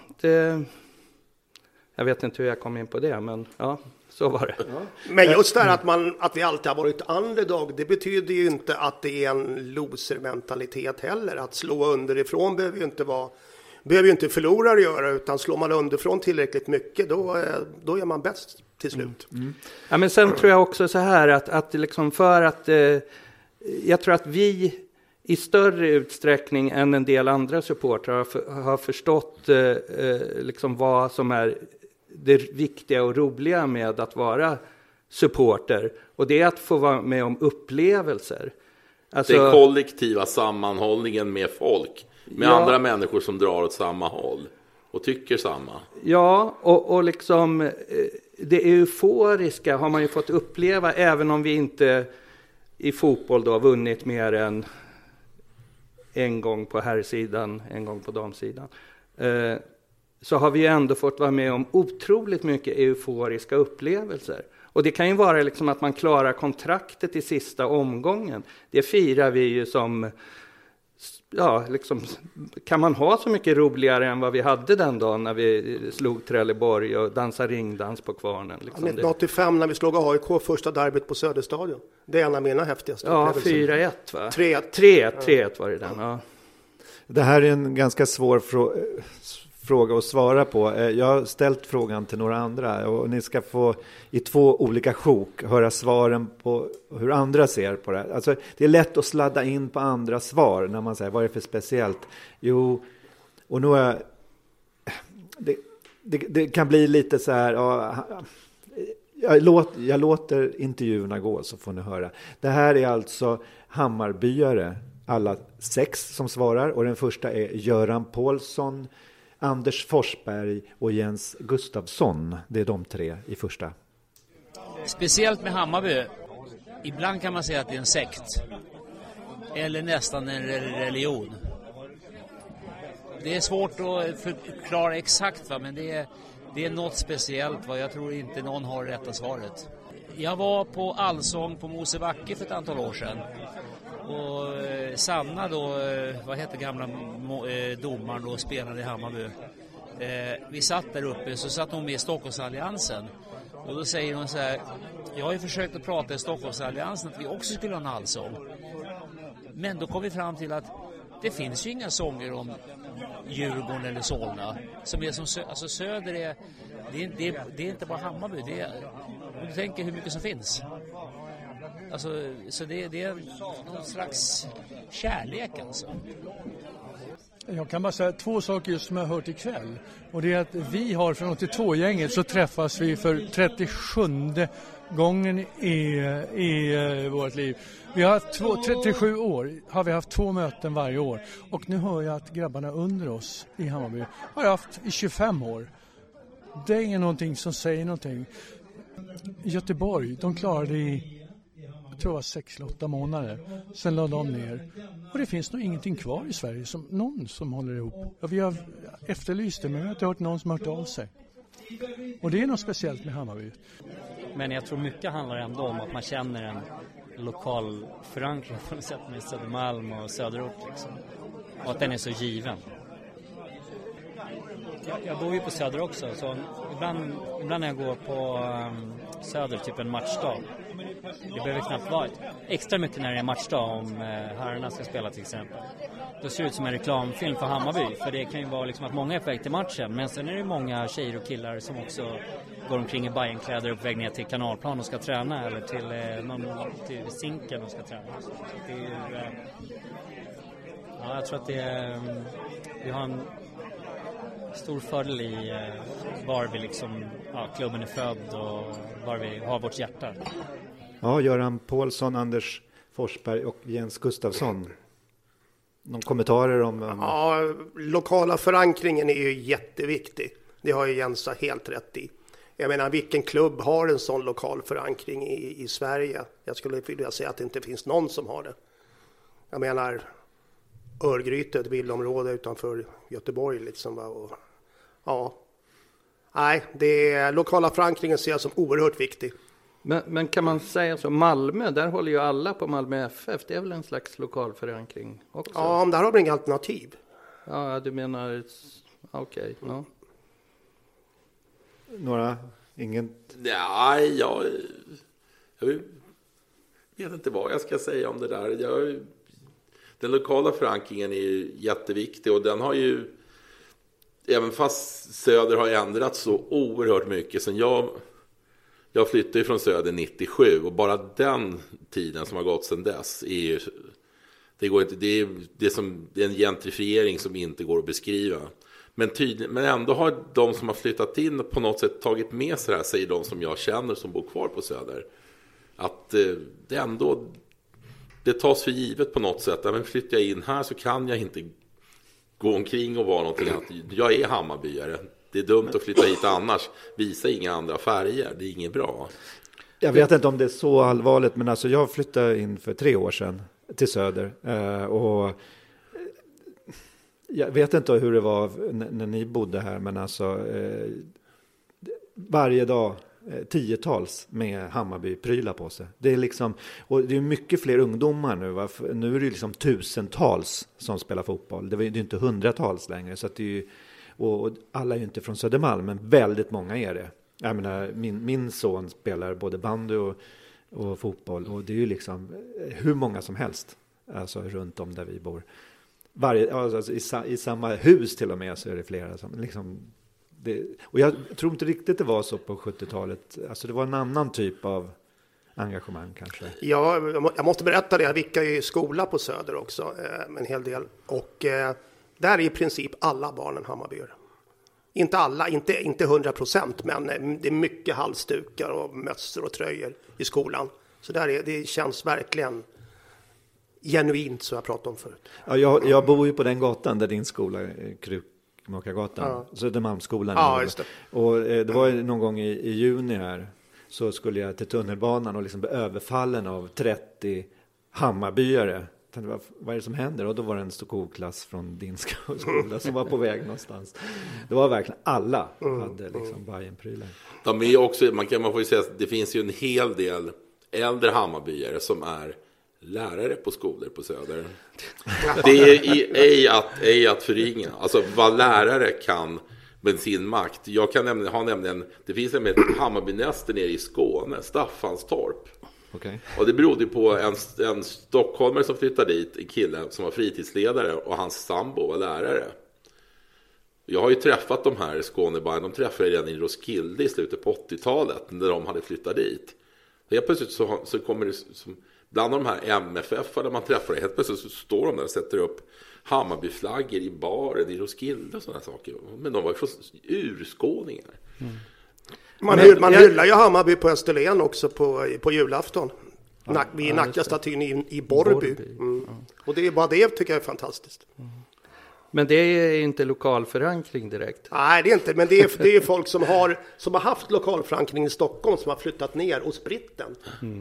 jag vet inte hur jag kom in på det, men ja, så var det. Ja. Men just det här att vi alltid har varit underdog, det betyder ju inte att det är en loser-mentalitet heller. Att slå underifrån behöver ju inte förlorare göra, utan slår man underifrån tillräckligt mycket, då är man bäst till slut. Ja, men sen tror jag också så här att liksom för att jag tror att vi i större utsträckning än en del andra supportrar har förstått liksom vad som är det viktiga och roliga med att vara supporter. Och det är att få vara med om upplevelser. Alltså, den kollektiva sammanhållningen med folk. Med andra människor som drar åt samma håll. Och tycker samma. Ja, och liksom det euforiska har man ju fått uppleva. Även om vi inte i fotboll då har vunnit mer än en gång på herrsidan, en gång på damsidan. Så har vi ändå fått vara med om otroligt mycket euforiska upplevelser. Och det kan ju vara liksom att man klarar kontraktet i sista omgången. Det firar vi ju som, ja, liksom, kan man ha så mycket roligare än vad vi hade den dagen när vi slog Trelleborg och dansade ringdans på Kvarnen. Liksom 1985 när vi slog AIK första derbyt på Söderstadion. Det är en av mina häftigaste upplevelser. 4-1 va? 3-1 var det den, ja. Det här är en ganska svår fråga att svara på. Jag har ställt frågan till några andra och ni ska få i 2 olika sjok höra svaren på hur andra ser på det. Alltså, det är lätt att sladda in på andra svar när man säger vad är det för speciellt? Jo, och nu är det kan bli lite så här, jag låter intervjuerna gå så får ni höra. Det här är alltså Hammarbyare, alla 6 som svarar, och den första är Göran Paulsson, Anders Forsberg och Jens Gustafsson. Det är de 3 i första. Speciellt med Hammarby. Ibland kan man säga att det är en sekt. Eller nästan en religion. Det är svårt att förklara exakt, va? Men det är något speciellt. Va? Jag tror inte någon har rätta svaret. Jag var på allsång på Mosebacke för ett antal år sedan. Och Sanna då, vad heter gamla domaren då, spelade i Hammarby. Vi satt där uppe, så satt hon med i Stockholmsalliansen. Och då säger hon så här: jag har ju försökt att prata i Stockholmsalliansen att vi också skulle ha en allsång. Men då kom vi fram till att det finns ju inga sånger om Djurgården eller Solna. Som är som alltså Söder är inte bara Hammarby. Det är, om du tänker hur mycket som finns. Alltså, så det är någon slags kärlek alltså. Jag kan bara säga 2 saker just som jag har hört ikväll. Och det är att vi har från 82-gänget så träffas vi för 37:e gången i vårt liv. Vi har haft 37 år har vi haft 2 möten varje år. Och nu hör jag att grabbarna under oss i Hammarby har haft i 25 år. Det är inte någonting som säger någonting. Göteborg, de klarade jag tror det var 6 eller 8 månader. Sen lade de ner. Och det finns nog ingenting kvar i Sverige någon som håller ihop. Och vi har efterlyst det, men vi har inte hört någon som har hört av sig. Och det är något speciellt med Hammarby. Men jag tror mycket handlar ändå om att man känner en lokal förankring på något sätt med Södermalm och Söderort liksom. Och att den är så given. Jag bor ju på Söder också, så ibland när jag går på Söder typ en matchdag. Det behöver knappt vara extra mycket när det är matchdag om herrarna ska spela till exempel. Då ser det ut som en reklamfilm för Hammarby, för det kan ju vara liksom att många är på väg till matchen, men sen är det många tjejer och killar som också går omkring i Bajenkläder och på väg ner till Kanalplan och ska träna, eller till Zinken och ska träna. Så det är ju, ja, jag tror att vi har en stor fördel i var vi liksom, klubben är född och var vi har vårt hjärta. Ja, Göran Paulsson, Anders Forsberg och Jens Gustafsson. Någon kommentarer om... Ja, lokala förankringen är ju jätteviktig. Det har ju Jens helt rätt i. Jag menar, vilken klubb har en sån lokal förankring i Sverige? Jag skulle vilja säga att det inte finns någon som har det. Jag menar, Örgryte, ett villområde utanför Göteborg liksom. Och, ja. Nej, det lokala förankringen ser jag som oerhört viktig. Men kan man säga så, Malmö, där håller ju alla på Malmö FF. Det är väl en slags lokal förankring också? Ja, men där har vi inga alternativ. Ja, du menar... Okej, ja. Några? Ingen? Nej, jag vet inte vad jag ska säga om det där. Den lokala förankringen är ju jätteviktig, och den har ju, även fast Söder har ändrats så oerhört mycket sen jag flyttade från Söder 97, och bara den tiden som har gått sedan dess är ju, det är en gentrifiering som inte går att beskriva. Men ändå har de som har flyttat in på något sätt tagit med sig det här, säger de som jag känner som bor kvar på Söder. Att det ändå, det tas för givet på något sätt. Men flyttar jag in här så kan jag inte gå omkring och vara någonting annat. Jag är Hammarbyare. Det är dumt att flytta hit annars. Visa inga andra färger. Det är inget bra. Jag vet inte om det är så allvarligt, men alltså jag flyttade in för 3 år sedan till Söder. Och jag vet inte hur det var när ni bodde här, men alltså varje dag 10-tals med Hammarby-prylar på sig. Det är liksom, och det är mycket fler ungdomar nu. Va? Nu är det liksom 1000-tals som spelar fotboll. Det är ju inte 100-tals längre. Så att det är ju, och alla är ju inte från Södermalm, men väldigt många är det. Jag menar, min son spelar både bandy och fotboll, och det är ju liksom hur många som helst, alltså runt om där vi bor. Alltså i samma hus till och med så är det flera som liksom och jag tror inte riktigt det var så på 70-talet. Alltså det var en annan typ av engagemang kanske. Ja, jag måste berätta det. Jag vickar ju i skola på Söder också, en hel del. Och där är i princip alla barnen Hammarbyare. Inte alla, inte 100%, men det är mycket halsdukar och mössor och tröjor i skolan. Så det känns verkligen genuint, som jag pratade om förut. Ja, jag bor ju på den gatan där din skola är, Krukmakargatan, Södermalmsskolan. Ja, just det. Och det var någon gång i juni här, så skulle jag till tunnelbanan och liksom bli överfallen av 30 Hammarbyare. Vad är det som händer? Och då var det en skolklass från din skola som var på väg någonstans. Det var verkligen alla hade liksom Bajenprylar. De är också, man får ju säga att det finns ju en hel del äldre Hammarbyare som är lärare på skolor på Söder. Det är ej att förringa. Alltså vad lärare kan med sin makt. Jag kan nämligen det finns ett Hammarbynäste nere i Skåne, Staffanstorp. Okay. Och det berodde på en stockholmare som flyttade dit, en kille som var fritidsledare, och hans sambo var lärare. Jag har ju träffat de här Skånebarnen, de träffade redan i Roskilde i slutet på 80-talet när de hade flyttat dit. Och helt plötsligt så kommer det som bland de här MFF där man träffar, helt plötsligt så står de där och sätter upp Hammarbyflaggor i baren i Roskilde och sådana saker. Men de var ju från urskåningar. Man hyllar ju Hammarby på Österlen också på julafton. Vid Nackastatyn i Borrby. Och det är bara det, tycker jag är fantastiskt. Men det är inte lokal förankring direkt. Nej, det är inte. Men det är folk som har haft lokal förankring i Stockholm, som har flyttat ner och spritt den.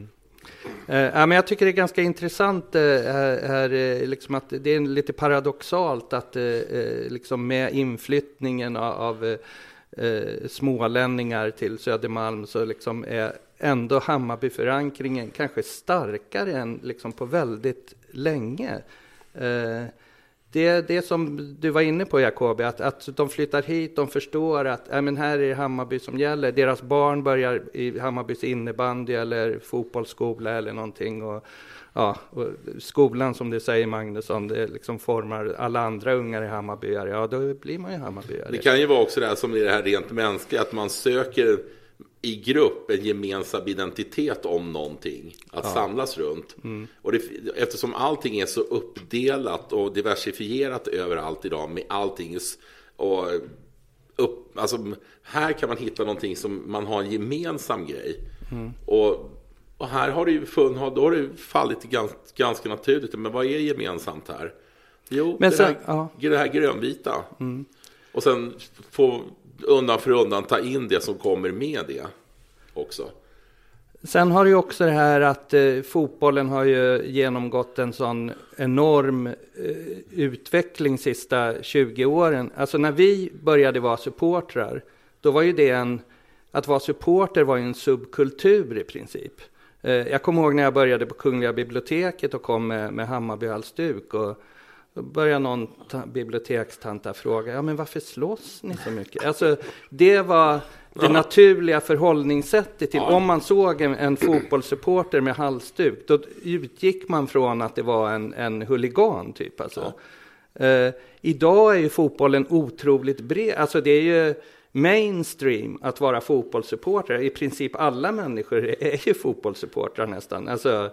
Men jag tycker det är ganska intressant här, liksom att det är lite paradoxalt att liksom med inflyttningen av smålänningar till Södermalm så liksom är ändå Hammarbyförankringen kanske starkare än liksom på väldigt länge. det som du var inne på, Jakob, att de flyttar hit, de förstår att men här är det Hammarby som gäller. Deras barn börjar i Hammarbys innebandy eller fotbollsskola eller någonting. Och skolan, som du säger, Magnusson, det liksom formar alla andra ungar i Hammarbyare. Ja, då blir man ju Hammarbyare. Det kan ju vara också det här som är det här rent mänskliga, att man söker i grupp en gemensam identitet om någonting att samlas runt. Och eftersom allting är så uppdelat och diversifierat överallt idag med allting och alltså här kan man hitta någonting som man har en gemensam grej. Och här har då har det fallit ganska naturligt. Men vad är gemensamt här? Jo, men det här grönvita. Och sen få undan för undan ta in det som kommer med det också. Sen har ju också det här att fotbollen har ju genomgått en sån enorm utveckling sista 20 åren. Alltså när vi började vara supportrar, då var ju det att vara supporter var ju en subkultur i princip. Jag kommer ihåg när jag började på Kungliga biblioteket och kom med Hammarby-halsduk, och då började någon bibliotekstanta fråga, men varför slåss ni så mycket? Alltså det var det naturliga förhållningssättet till, om man såg en fotbollssupporter med halsduk, då utgick man från att det var en huligan typ. Alltså. Idag är ju fotbollen otroligt bred, alltså det är ju mainstream att vara fotbollssupporter. I princip alla människor är ju fotbollssupportrar nästan. Alltså,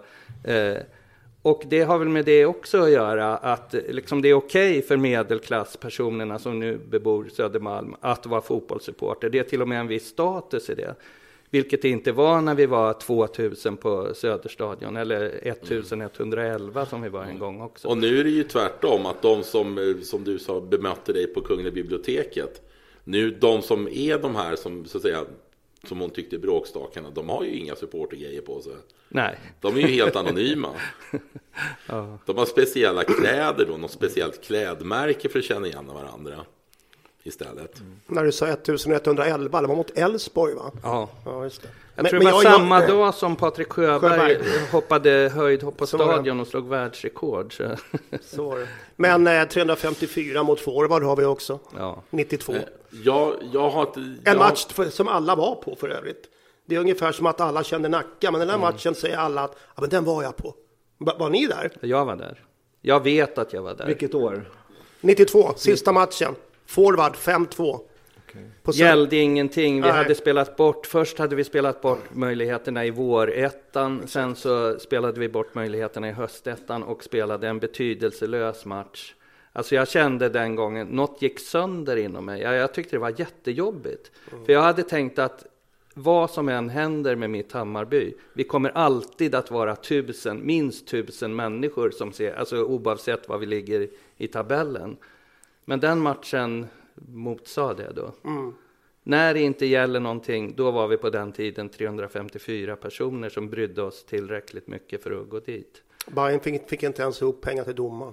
och det har väl med det också att göra, att liksom det är okej för medelklasspersonerna som nu bebor Södermalm att vara fotbollssupporter. Det är till och med en viss status i det. Vilket det inte var när vi var 2000 på Söderstadion, eller 1111 som vi var en gång också. Och nu är det ju tvärtom, att de som du sa bemötte dig på Kungliga biblioteket, nu de som är de här som så att säga, som hon tyckte bråkstakarna, de har ju inga supportergrejer på sig. Nej. De är ju helt anonyma. De har speciella kläder då, något speciellt klädmärke för att känna igen varandra istället. När du sa 1111, det var mot Elfsborg, va? Ja, just det. Jag tror det var samma dag som Patrik Sjöberg hoppade höjdhopp på stadion och slog världsrekord. Så. Men 354 mot forward har vi också. 92. Jag har en match som alla var på för övrigt. Det är ungefär som att alla kände Nacka, men den här matchen säger alla att men den var jag på. Var ni där? Jag var där. Jag vet att jag var där. Vilket år? 92, sista matchen. Forward 5-2. Gällde ingenting. Vi hade spelat bort. Först hade vi spelat bort möjligheterna i vårettan. Sen så spelade vi bort möjligheterna i höstettan och spelade en betydelselös match. Alltså jag kände den gången, något gick sönder inom mig. Jag tyckte det var jättejobbigt. För jag hade tänkt att vad som än händer med mitt Hammarby, vi kommer alltid att vara minst 1000 människor som ser, alltså oavsett vad vi ligger i tabellen. Men den matchen motsade det då. När det inte gäller någonting, då var vi på den tiden 354 personer som brydde oss tillräckligt mycket för att gå dit. Bayern fick inte ens ihop pengar till domaren.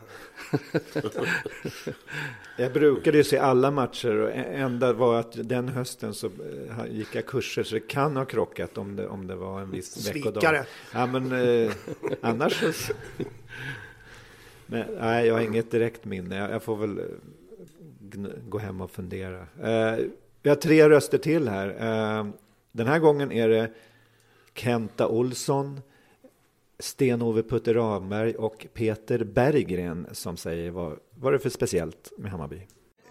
Jag brukade ju se alla matcher, och enda var att den hösten så gick jag kurser, så det kan ha krockat om det var en viss veckodag. Ja, men annars så... Men, nej, jag har inget direkt minne. Jag får väl gå hem och fundera. Vi har 3 röster till här. Den här gången är det Kenta Olsson, Sten-Ove Putte Ramberg och Peter Berggren som säger vad är det för speciellt med Hammarby?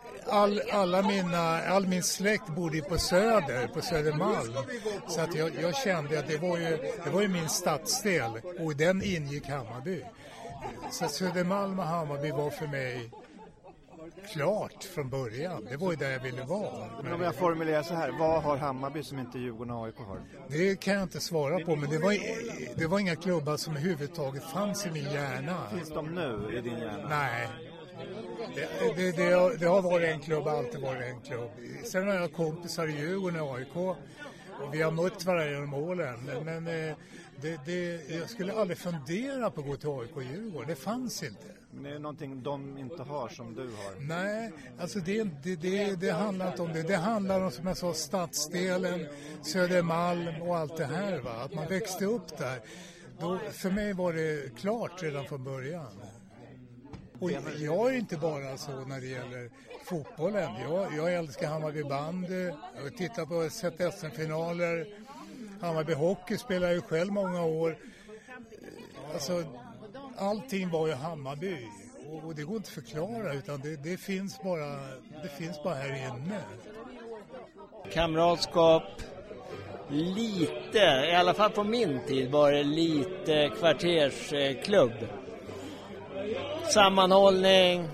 All min släkt bodde på Södermalm, så att jag kände att det var ju min stadsdel, och i den ingick Hammarby. Så Södermalm och Hammarby var för mig klart från början. Det var ju där jag ville vara. Men om jag formulerar så här, vad har Hammarby som inte Djurgården och AIK har? Det kan jag inte svara på, men det var inga klubbar som överhuvudtaget fanns i min hjärna. Finns de nu i din hjärna? Nej. Det har varit en klubb, alltid varit en klubb. Sen har jag kompisar i Djurgården och AIK, och vi har mött varandra genom åren. Men jag skulle aldrig fundera på att gå till AIK och Djurgården. Det fanns inte. Men det är någonting de inte har som du har? Nej, alltså det handlar inte om det. Det handlar om, som jag sa, stadsdelen, Södermalm och allt det här. Va? Att man växte upp där. För mig var det klart redan från början. Och jag är inte bara så när det gäller fotbollen. Jag älskar Hammarby bandy. Jag tittar på sett SM-finaler. Hammarby hockey spelar ju själv många år. Alltså, allting var ju Hammarby. Och det går inte att förklara, utan det finns bara här inne. Kamratskap, lite, i alla fall på min tid var det lite kvartersklubb. Sammanhållning,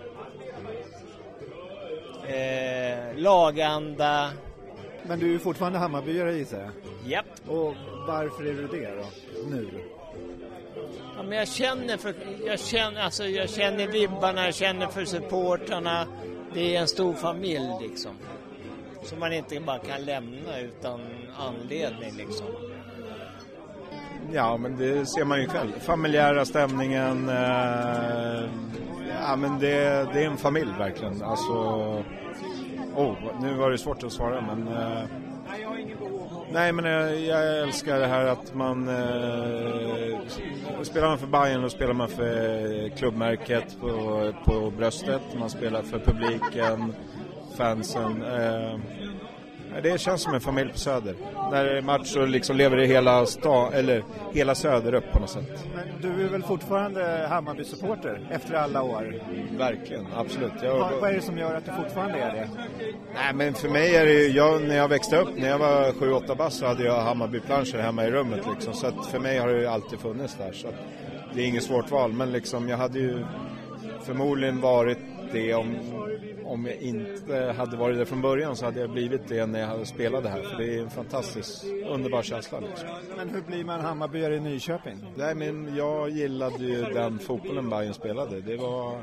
laganda. Men du är ju fortfarande Hammarbyare, gissar jag. Japp. Och varför är du det då, nu? Ja, men jag känner vibbarna, jag känner för supportarna. Det är en stor familj liksom. Som man inte bara kan lämna utan anledning liksom. Ja, men det ser man ju själv. Familjära stämningen. Ja, men det är en familj verkligen. Alltså, nu var det svårt att svara, men... Nej, men jag älskar det här att man spelar man för Bayern och spelar man för klubbmärket på bröstet. Man spelar för publiken, fansen. Det känns som en familj på Söder. När det är match så liksom lever det hela Söder upp på något sätt. Men du är väl fortfarande Hammarby-supporter efter alla år? Verkligen, absolut. Vad är det som gör att du fortfarande är det? Nej, men för mig är det när jag växte upp, när jag var 7-8 bast så hade jag Hammarby-planscher hemma i rummet liksom. Så att för mig har det ju alltid funnits där. Så det är inget svårt val, men liksom jag hade ju förmodligen varit det om jag inte hade varit det från början, så hade jag blivit det när jag hade spelat det här. För det är en fantastisk, underbar känsla liksom. Men hur blir man Hammarbyare i Nyköping? Nej, men jag gillade ju den fotbollen Bayern spelade. Det var,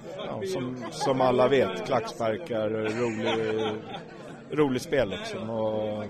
som alla vet, klacksparkar, roligt spel liksom. Och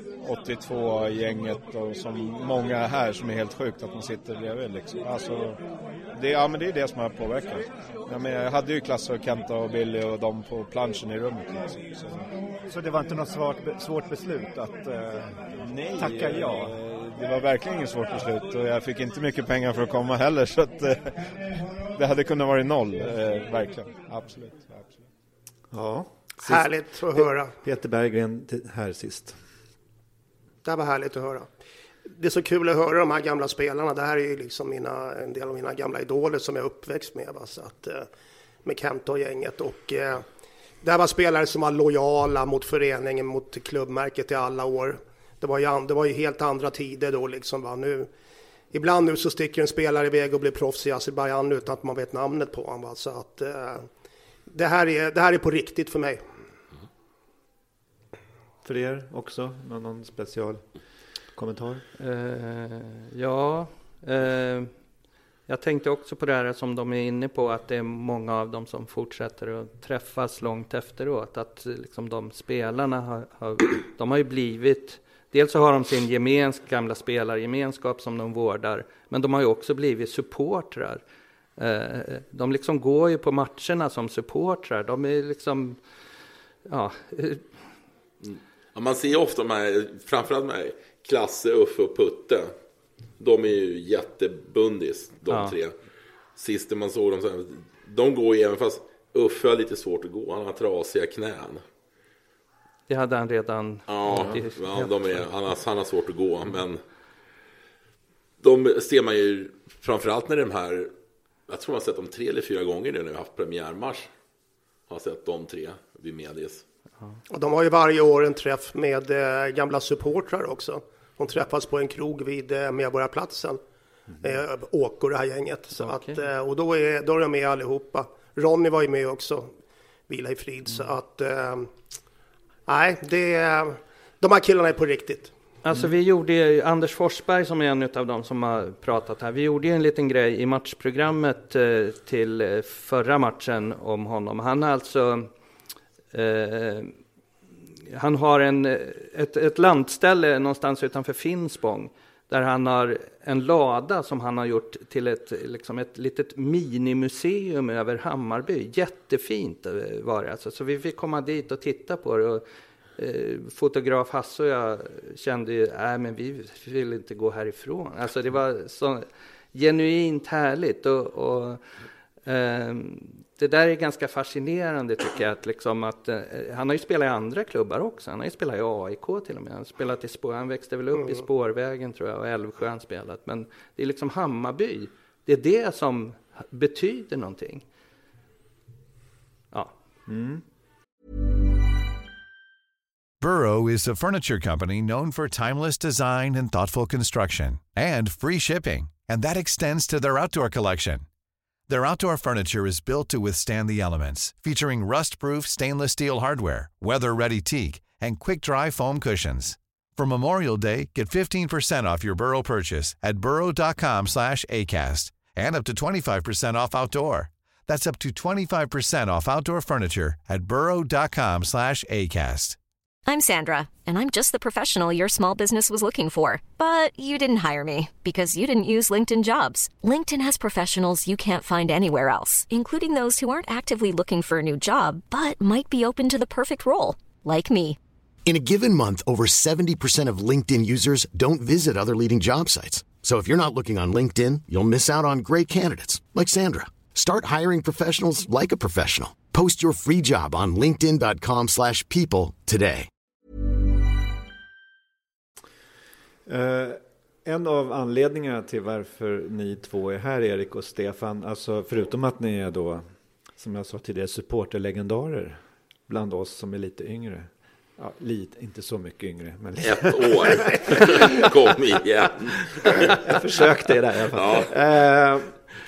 82-gänget och som många här som är helt sjukt att man sitter bredvid liksom. Alltså, det är det som har påverkat. Ja, men jag hade ju Klasse och Kenta och Billy och dem på planschen i rummet liksom. Så det var inte något svårt beslut att tacka ja? Det var verkligen inget svårt beslut och jag fick inte mycket pengar för att komma heller, så att det hade kunnat vara 0, verkligen, absolut. Ja, härligt att höra. Peter Berggren här sist. Det var härligt att höra. Det är så kul att höra de här gamla spelarna. Det här är ju liksom en del av mina gamla idoler som jag är uppväxt med. Så att, med Kenta och gänget. Och det här var spelare som var lojala mot föreningen, mot klubbmärket i alla år. Det var ju helt andra tider då liksom. Va? Ibland nu så sticker en spelare iväg och blir proffs i Azerbaijan utan att man vet namnet på honom. Va? Så att det här är på riktigt för mig. För er också? Någon special kommentar? Jag tänkte också på det här som de är inne på, att det är många av dem som fortsätter att träffas långt efteråt. Att liksom de spelarna de har ju blivit, dels så har de sin gamla spelargemenskap som de vårdar, men de har ju också blivit supportrar. De liksom går ju på matcherna som supportrar. De är liksom, ja... Ja, man ser ofta framförallt med Klasse, Uffe och Putte. De är ju jättebundis, de tre. Sist man såg dem så här, de går ju även fast Uffe har lite svårt att gå. Han har trasiga knän. Det hade han redan. Han har svårt att gå, men de ser man ju framförallt när de här, jag tror man har sett dem 3 eller 4 gånger nu när vi har haft premiärmatch. Har sett de 3 vid Medis. Och de har ju varje år en träff med gamla supportrar också. De träffas på en krog vid Medborgarplatsen. Åker det här gänget. Så att, och då är de med allihopa. Ronny var ju med också. Vila i frid. Så att nej, de här killarna är på riktigt. Alltså vi gjorde, Anders Forsberg som är en av dem som har pratat här, vi gjorde en liten grej i matchprogrammet till förra matchen om honom. Han har alltså han har ett landställe någonstans utanför Finspång där han har en lada som han har gjort till ett litet minimuseum över Hammarby. Jättefint var det alltså. Så vi fick komma dit och titta på det, och fotograf Hasse och jag kände ju, men vi vill inte gå härifrån. Alltså det var så genuint härligt och Det där är ganska fascinerande tycker jag. Att han har ju spelat i andra klubbar också. Han har ju spelat i AIK till och med. Han har spelat i han växte väl upp i Spårvägen tror jag. Och Älvsjö han spelat. Men det är liksom Hammarby. Det är det som betyder någonting. Ja. Burrow is a furniture company known for timeless design and thoughtful construction. And free shipping. And that extends to their outdoor collection. Their outdoor furniture is built to withstand the elements, featuring rust-proof stainless steel hardware, weather-ready teak, and quick-dry foam cushions. For Memorial Day, get 15% off your Burrow purchase at burrow.com/acast, and up to 25% off outdoor. That's up to 25% off outdoor furniture at burrow.com/acast. I'm Sandra, and I'm just the professional your small business was looking for. But you didn't hire me because you didn't use LinkedIn Jobs. LinkedIn has professionals you can't find anywhere else, including those who aren't actively looking for a new job, but might be open to the perfect role, like me. In a given month, over 70% of LinkedIn users don't visit other leading job sites. So if you're not looking on LinkedIn, you'll miss out on great candidates like Sandra. Start hiring professionals like a professional. Post your free job on linkedin.com/people today. En av anledningarna till varför ni två är här, Erik och Stefan, alltså förutom att ni är då, som jag sa tidigare, supporterlegendarer bland oss som är lite yngre. Ja, inte så mycket yngre. Men ett år. Kom igen. Jag försökte det där i alla fall. Ja.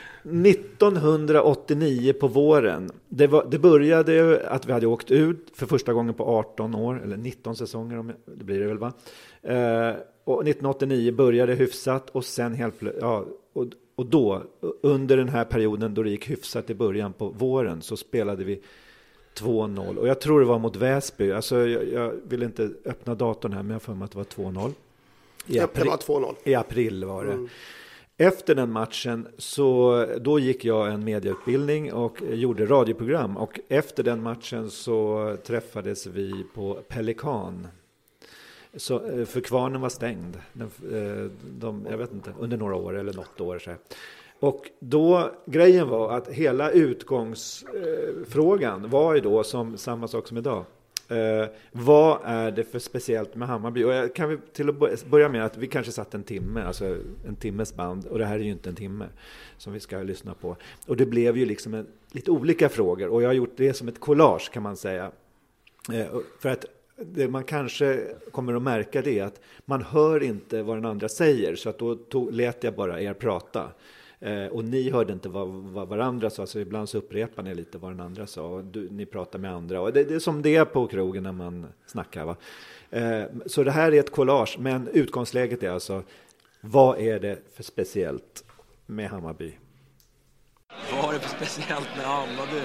1989 på våren. Det började ju att vi hade åkt ut för första gången på 18 år. Eller 19 säsonger, det blir det väl va? Och 1989 började hyfsat och sen och då under den här perioden då det gick hyfsat i början på våren så spelade vi 2-0 och jag tror det var mot Väsby. Alltså jag vill inte öppna datorn här men jag får mig att det var 2-0. Det var 2-0. I april var det. Efter den matchen så då gick jag en medieutbildning och gjorde radioprogram och efter den matchen så träffades vi på Pelikan. Så, för kvarnen var stängd. Jag vet inte, under några år eller något år så här. Och då, grejen var att hela utgångsfrågan var ju då som samma sak som idag. Vad är det för speciellt med Hammarby? Och kan vi till att börja med att vi kanske satt en timme, alltså en timmes band. Och det här är ju inte en timme som vi ska lyssna på. Och det blev ju liksom lite olika frågor. Och jag har gjort det som ett collage kan man säga. För att det man kanske kommer att märka det är att man hör inte vad den andra säger. Så att då lät jag bara er prata. Och ni hörde inte vad varandra sa, så ibland så upprepar ni lite vad den andra sa och ni pratar med andra och det är som det är på krogen när man snackar va? Så det här är ett collage, men utgångsläget är alltså vad är det för speciellt med Hammarby? Vad är det för speciellt med Hammarby?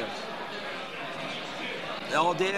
Ja, det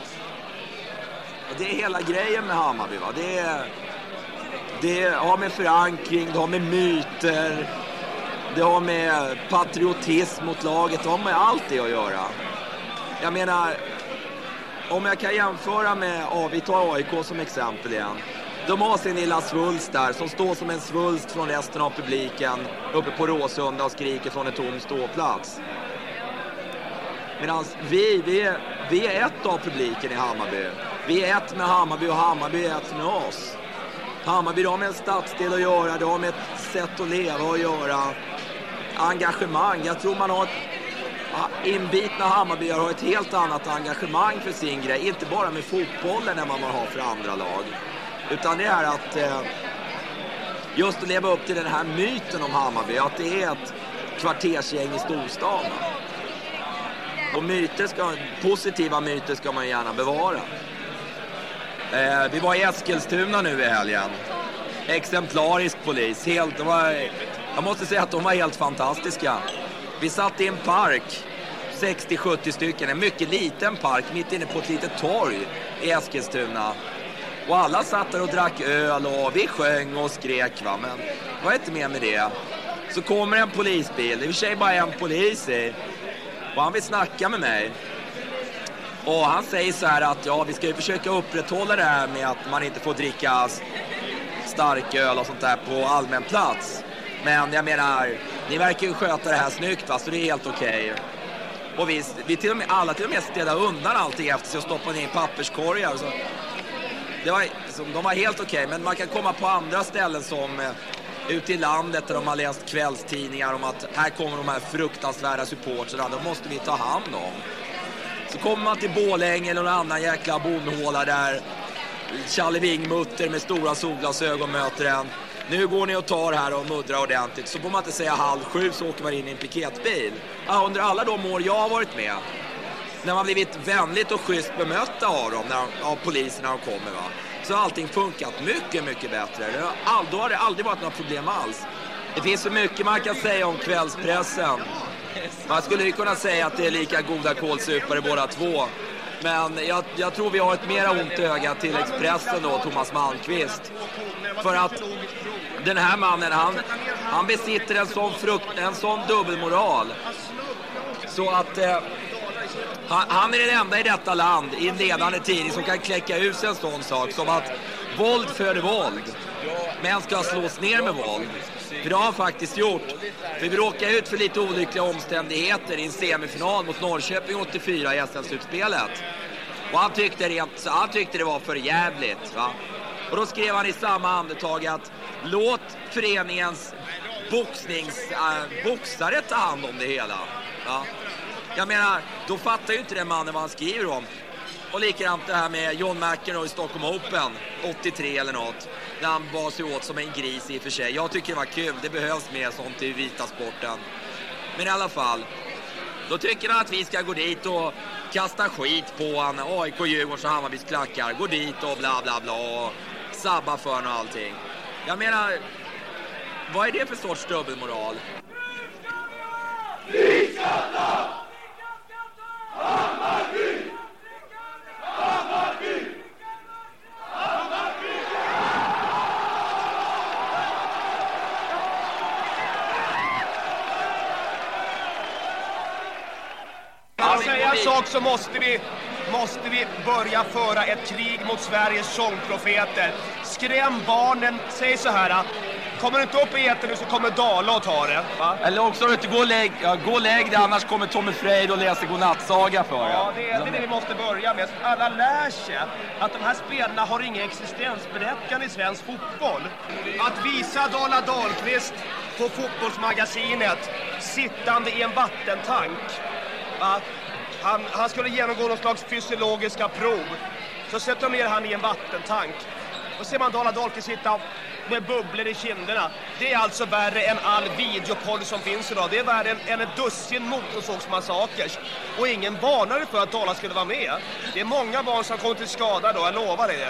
är hela grejen med Hammarby va? Det har med förankring, det har med myter. Det har med patriotism mot laget, det har med allt det att göra. Jag menar, om jag kan jämföra med, vi tar AIK som exempel igen. De har sin lilla svulst där som står som en svulst från resten av publiken uppe på Råsunda och skriker från en tom ståplats. Medan vi är ett av publiken i Hammarby. Vi är ett med Hammarby och Hammarby är ett med oss. Hammarby har med en stadsdel att göra, det har med ett sätt att leva att göra. Engagemang, jag tror man har inbitna Hammarbyar har ett helt annat engagemang för sin grej. Inte bara med fotbollen än vad man har för andra lag. Utan det är att just att leva upp till den här myten om Hammarby. Att det är ett kvartersgäng i storstaden. Och positiva myter ska man gärna bevara. Vi var i Eskilstuna nu i helgen. Exemplarisk polis. Jag måste säga att de var helt fantastiska. Vi satt i en park, 60-70 stycken, en mycket liten park mitt inne på ett litet torg i Eskilstuna. Och alla satt där och drack öl och vi sjöng och skrek va, men det var inte mer med det. Så kommer en polisbil, det är i och för sig bara en polis i, och han vill snacka med mig. Och han säger så här att vi ska ju försöka upprätthålla det här med att man inte får dricka starköl och sånt där på allmän plats. Men jag menar, Ni verkar ju sköta det här snyggt, va? Så det är helt okej. Och vi till och med städade undan allting efter sig och stoppade ner i papperskorgar. Så de var helt okej. Men man kan komma på andra ställen som ute i landet där de har läst kvällstidningar om att här kommer de här fruktansvärda supportrarna. Då måste vi ta hand om. Så kommer man till Borlänge eller någon annan jäkla bondhåla där Challe Wingmutter med stora solglasögon möter en. Nu går ni och tar här och muddrar ordentligt. Så får man inte säga 6:30 så åker man in i en piketbil. Ja, under alla de år jag har varit med, när man blivit vänligt och schysst bemötta av dem, av poliserna de kommer, va, så har allting funkat mycket, mycket bättre. Då har det aldrig varit några problem alls. Det finns så mycket man kan säga om kvällspressen. Man skulle ju kunna säga att det är lika goda kålsupare båda två. Men jag tror vi har ett mera ont öga till Expressen då, Thomas Malmqvist. För att den här mannen, han besitter en sån dubbelmoral. Så att han är den enda i detta land, i en ledande tidning, som kan kläcka ut en sån sak som att våld föder våld. Men ska slås ner med våld. För det har han faktiskt gjort. För vi råkade ut för lite olyckliga omständigheter i en semifinal mot Norrköping 84 i SM-slutspelet. Och han tyckte det var för jävligt, va? Och då skrev han i samma andetag att låt föreningens boxare ta hand om det hela. Ja. Jag menar, då fattar ju inte den mannen vad han skriver om. Och likadant det här med John McEnroe i Stockholm Open 83 eller något. När han bar sig åt som en gris i och för sig. Jag tycker det var kul, det behövs mer sånt i vita sporten. Men i alla fall, då tycker han att vi ska gå dit och kasta skit på han, AIK, Djurgårdens och Hammarbys klackar. Gå dit och bla bla bla och sabba för och allting. Jag menar, vad är det för sorts dubbelmoral? Vi ska ta! Hammarby! Hammarby! Hammarby! Att säga en sak så måste vi börja föra ett krig mot Sveriges sångprofeter. Skräm barnen, säg så här. Kommer du inte upp i etern nu så kommer Dala och ta det, va? Eller också inte gå och lägg det, annars kommer Tommy Frejd och läser godnattsaga för er. Ja, det är det vi måste börja med. Alla lär sig att de här spelarna har ingen existensberättigande i svensk fotboll. Att visa Dala Dahlqvist på Fotbollsmagasinet sittande i en vattentank, va? Han skulle genomgå någon slags fysiologiska prov. Så sätter de ner han i en vattentank. Och ser man Dala Dahlqvist sitta med bubblor i kinderna. Det är alltså värre än all videoporr som finns idag. Det är värre än ett dussin motorsågsmassakers. Och ingen varnade för att Dala skulle vara med. Det är många barn som kommer till skada då, jag lovar det.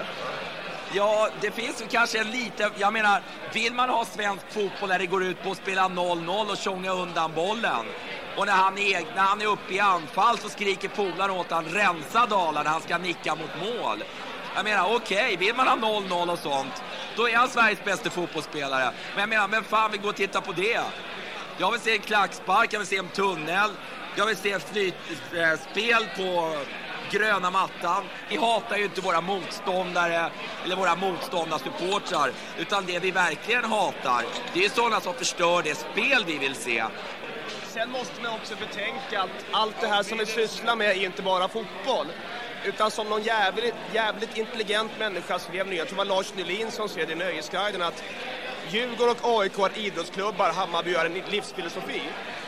Ja, det finns ju kanske en liten... Jag menar, vill man ha svensk fotboll där det går ut på att spela 0-0 och tjonga undan bollen? Och när han är uppe i anfall så skriker polaren åt han rensa Dala när han ska nicka mot mål. Jag menar, okej, vill man ha 0-0 och sånt, då är han Sveriges bästa fotbollsspelare. Men jag menar, vem fan vill gå och titta på det? Jag vill se en klackspark, jag vill se en tunnel, jag vill se flytspel på gröna mattan. Vi hatar ju inte våra motståndare eller våra motståndarsupportrar, utan det vi verkligen hatar, det är sådana som förstör det spel vi vill se. Sen måste man också betänka att allt det här som vi sysslar med är inte bara fotboll. Utan som någon jävligt intelligent människa skrev nu, jag tror det var Lars Nylin som skrev i Nöjesguiden, att Djurgården och AIK är idrottsklubbar, Hammarby är en livsfilosofi.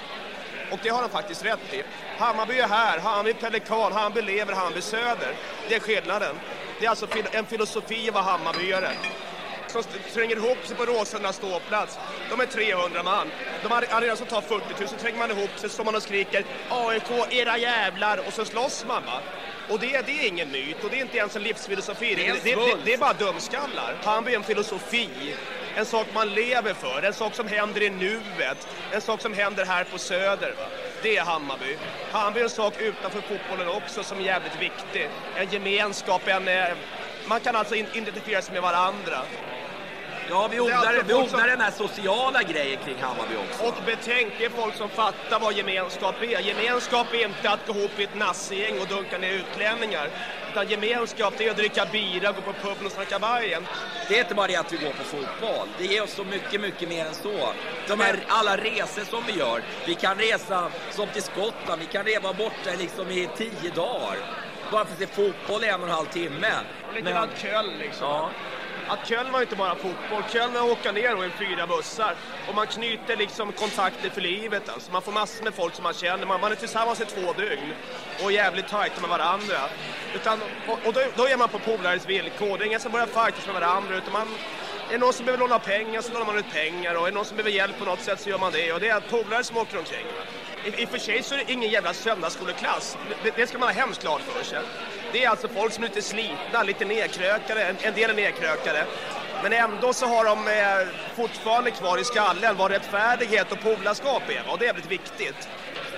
Och det har han faktiskt rätt i. Hammarby är här, Hammarby Pelikan, Hammarby lever, Hammarby söder. Det är skillnaden. Det är alltså en filosofi av vad Hammarby är. Som tränger ihop sig på Råsunda ståplats. De är 300 man. De har arenor som tar 40 000, så tränger man ihop sig, så man och skriker AIK, era jävlar, och så slåss man, va? Och det är ingen myt, och det är inte ens en livsfilosofi. Det är bara dumskallar. Hammarby är en filosofi, en sak man lever för, en sak som händer i nuet, en sak som händer här på söder, va? Det är Hammarby. Hammarby är en sak utanför fotbollen också som är jävligt viktig. En gemenskap, man kan alltså identifiera sig med varandra. Ja, vi odlar den här sociala grejen kring Hammarby också. Och betänk, det är folk som fattar vad gemenskap är. Gemenskap är inte att gå ihop i ett nassegäng och dunka ner utlänningar. Utan gemenskap, det är att dricka bira, gå på puben och snacka Bajen. Det är inte bara det att vi går på fotboll. Det ger oss så mycket, mycket mer än så. De här alla resor som vi gör. Vi kan resa som till Skottland. Vi kan vara borta liksom i 10 dagar. Bara för att se fotboll i 1,5 timme. Och likadant Köln liksom. Ja. Att Köln var inte bara fotboll. Köln var att åka ner och 4 bussar. Och man knyter liksom kontakter för livet. Alltså. Man får massor med folk som man känner. Man är tillsammans i 2 dygn. Och jävligt tajta med varandra. Och då är man på polares villkor. Det är ingen som börjar fightas med varandra. Utan är det någon som behöver låna pengar så lånar man ut pengar. Och är det någon som behöver hjälp på något sätt så gör man det. Och det är polare som åker omkring. I och för sig så är det ingen jävla söndagsskoleklass. Det ska man ha hemskt klart för sig. Det är alltså folk som är lite slitna, lite nedkrökade. En del är nedkrökade. Men ändå så har de fortfarande kvar i skallen vad rättfärdighet och polarskap är. Och det är väldigt viktigt.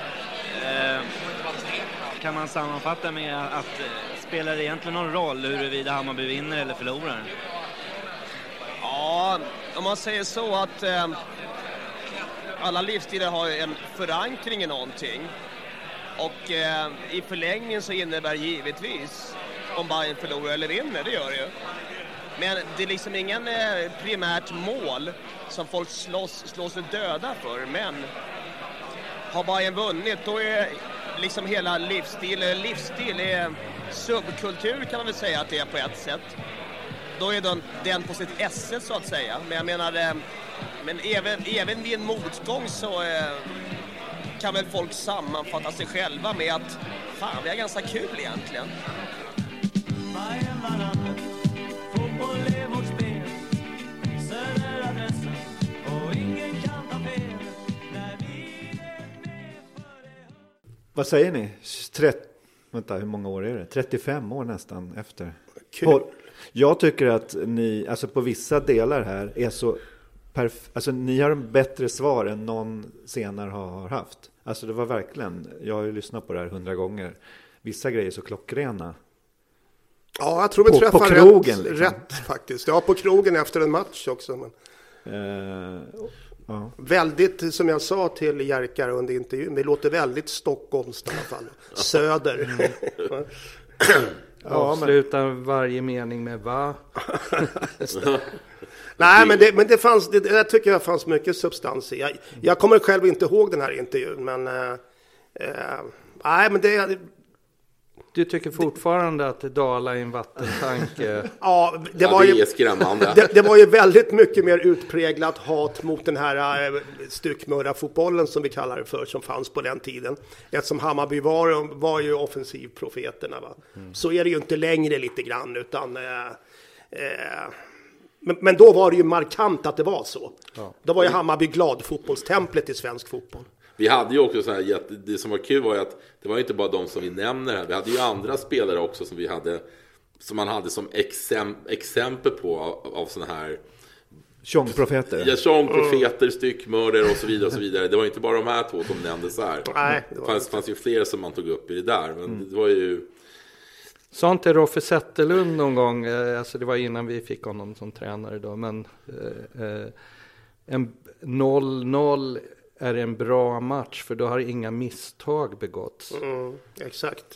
Kan man sammanfatta med att spelar det egentligen någon roll huruvida Hammarby vinner eller förlorar? Ja, om man säger så att alla livsstilar har en förankring i någonting. Och i förlängningen så innebär givetvis om Bayern förlorar eller vinner, det gör det ju. Men det är liksom ingen primärt mål som folk slås döda för. Men har Bayern vunnit, då är liksom hela livsstil är subkultur kan man väl säga att det är på ett sätt. Då är den på sitt esse så att säga. Men jag menar, men även vid en motgång så kan väl folk sammanfatta sig själva med att fan, vi är ganska kul egentligen. Vad säger ni? Vänta, hur många år är det? 35 år nästan efter. Kul. Jag tycker att ni, alltså på vissa delar här är så alltså ni har en bättre svar än någon senare har haft. Alltså det var verkligen, jag har ju lyssnat på det här 100 gånger. Vissa grejer är så klockrena. Ja, jag tror vi träffar på krogen, rätt faktiskt. Ja, på krogen efter en match också. Men... ja. Väldigt, som jag sa till Jerkar under intervjun, vi låter väldigt Stockholms i alla fall. Söder. Avslutar varje mening med va? Nej, men det fanns, jag tycker det fanns mycket substans i. Jag kommer själv inte ihåg den här intervjun, men nej, men det... Du tycker fortfarande att det dalar i en vattentanke? Ja, det är skrämmande. Det var ju väldigt mycket mer utpräglat hat mot den här styckmördarfotbollen som vi kallar det för, som fanns på den tiden. Eftersom Hammarby var ju offensivprofeterna. Va? Så är det ju inte längre lite grann, utan... Men då var det ju markant att det var så. Ja. Då var ju Hammarby glad fotbollstemplet i svensk fotboll. Vi hade ju också så här, det som var kul var ju att det var ju inte bara de som vi nämner här. Vi hade ju andra spelare också som man hade som exempel på av såna här sångprofeter. Ja, sångprofeter, styckmördare och så vidare och så vidare. Det var inte bara de här 2 som nämndes här. Nej, det fanns ju fler som man tog upp i det där, men det var ju... Sa inte Roffe Zetterlund någon gång, alltså det var innan vi fick honom som tränare då, men en 0-0 är en bra match för då har inga misstag begåtts. Exakt.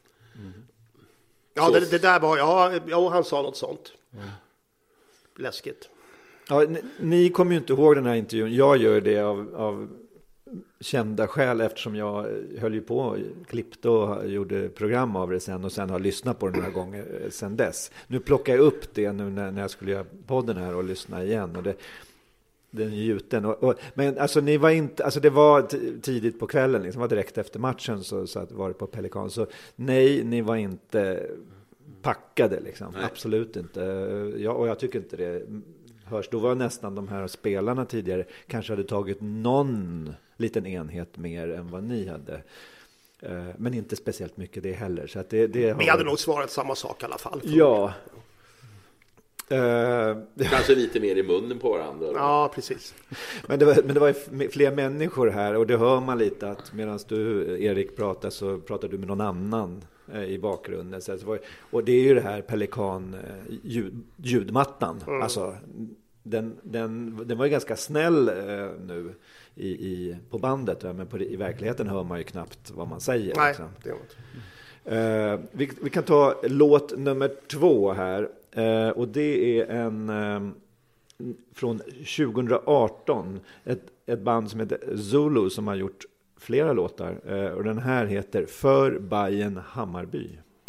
Ja, det där var, ja, han sa något sånt. Läskigt. Ja, ni kommer ju inte ihåg den här intervjun. Jag gör det av kända skäl, eftersom jag höll ju på, klippte och gjorde program av det sen och sen har lyssnat på det några gånger sen dess. Nu plockar jag upp det nu när jag skulle göra podden här och lyssna igen, och den är gjuten. Men alltså ni var inte, alltså det var tidigt på kvällen liksom, var direkt efter matchen så att var det på Pelikan, så nej, ni var inte packade liksom. Absolut inte. Och jag tycker inte det hörs. Då var nästan de här spelarna tidigare kanske hade tagit någon liten enhet mer än vad ni hade. Men inte speciellt mycket det heller. Så att vi hade nog svarat samma sak i alla fall. Ja. Kanske lite mer i munnen på varandra. Eller? Ja, precis. Men det var ju fler människor här, och det hör man lite att medan du, Erik, pratar så pratar du med någon annan i bakgrunden. Så och det är ju det här Pelikan ljudmattan. Alltså den var ju ganska snäll nu på bandet, men i verkligheten hör man ju knappt vad man säger. Nej, liksom. det är inte. Vi kan ta låt nummer 2 här, och det är en från 2018, ett band som heter Zulu som har gjort flera låtar, och den här heter För Bajen Hammarby.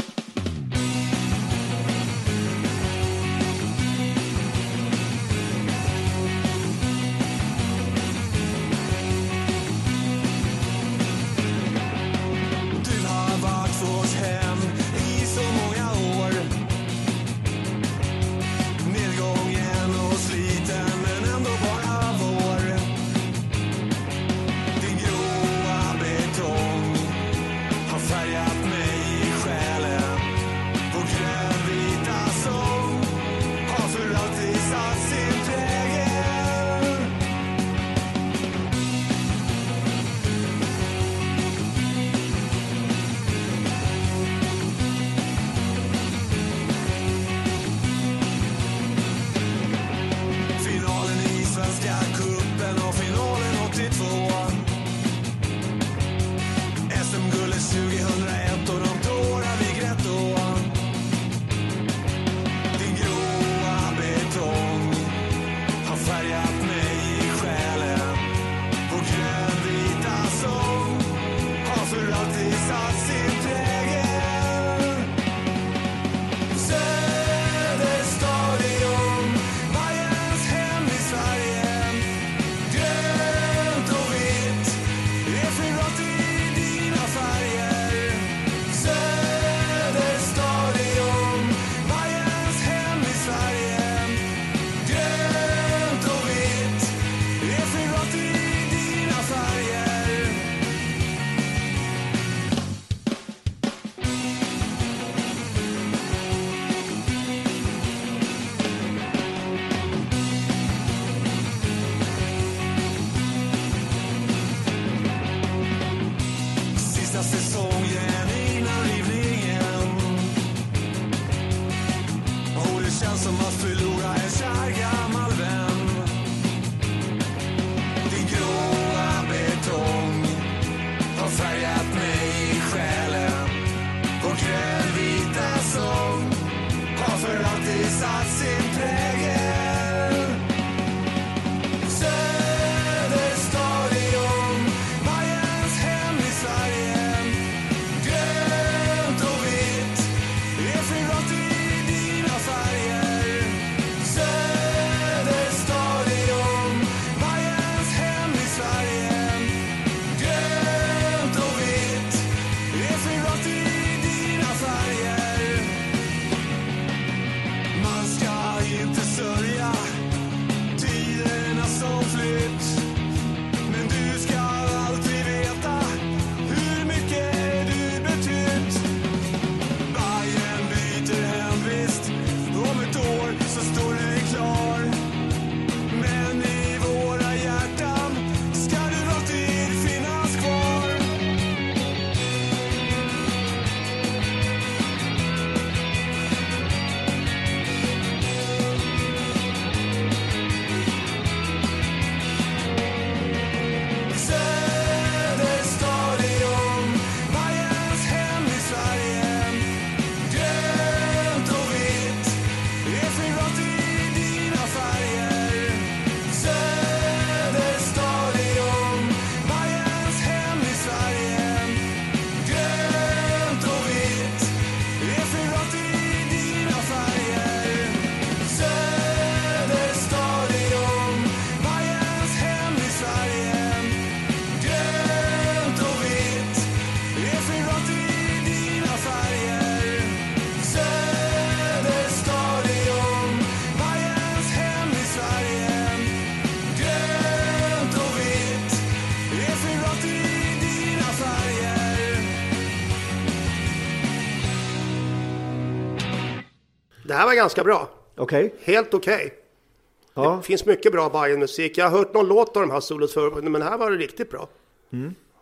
Det här var ganska bra. Okej. Helt okej. Ja. Det finns mycket bra Bajen-musik. Jag har hört någon låt av de här solos förut, men här var det riktigt bra. Mm.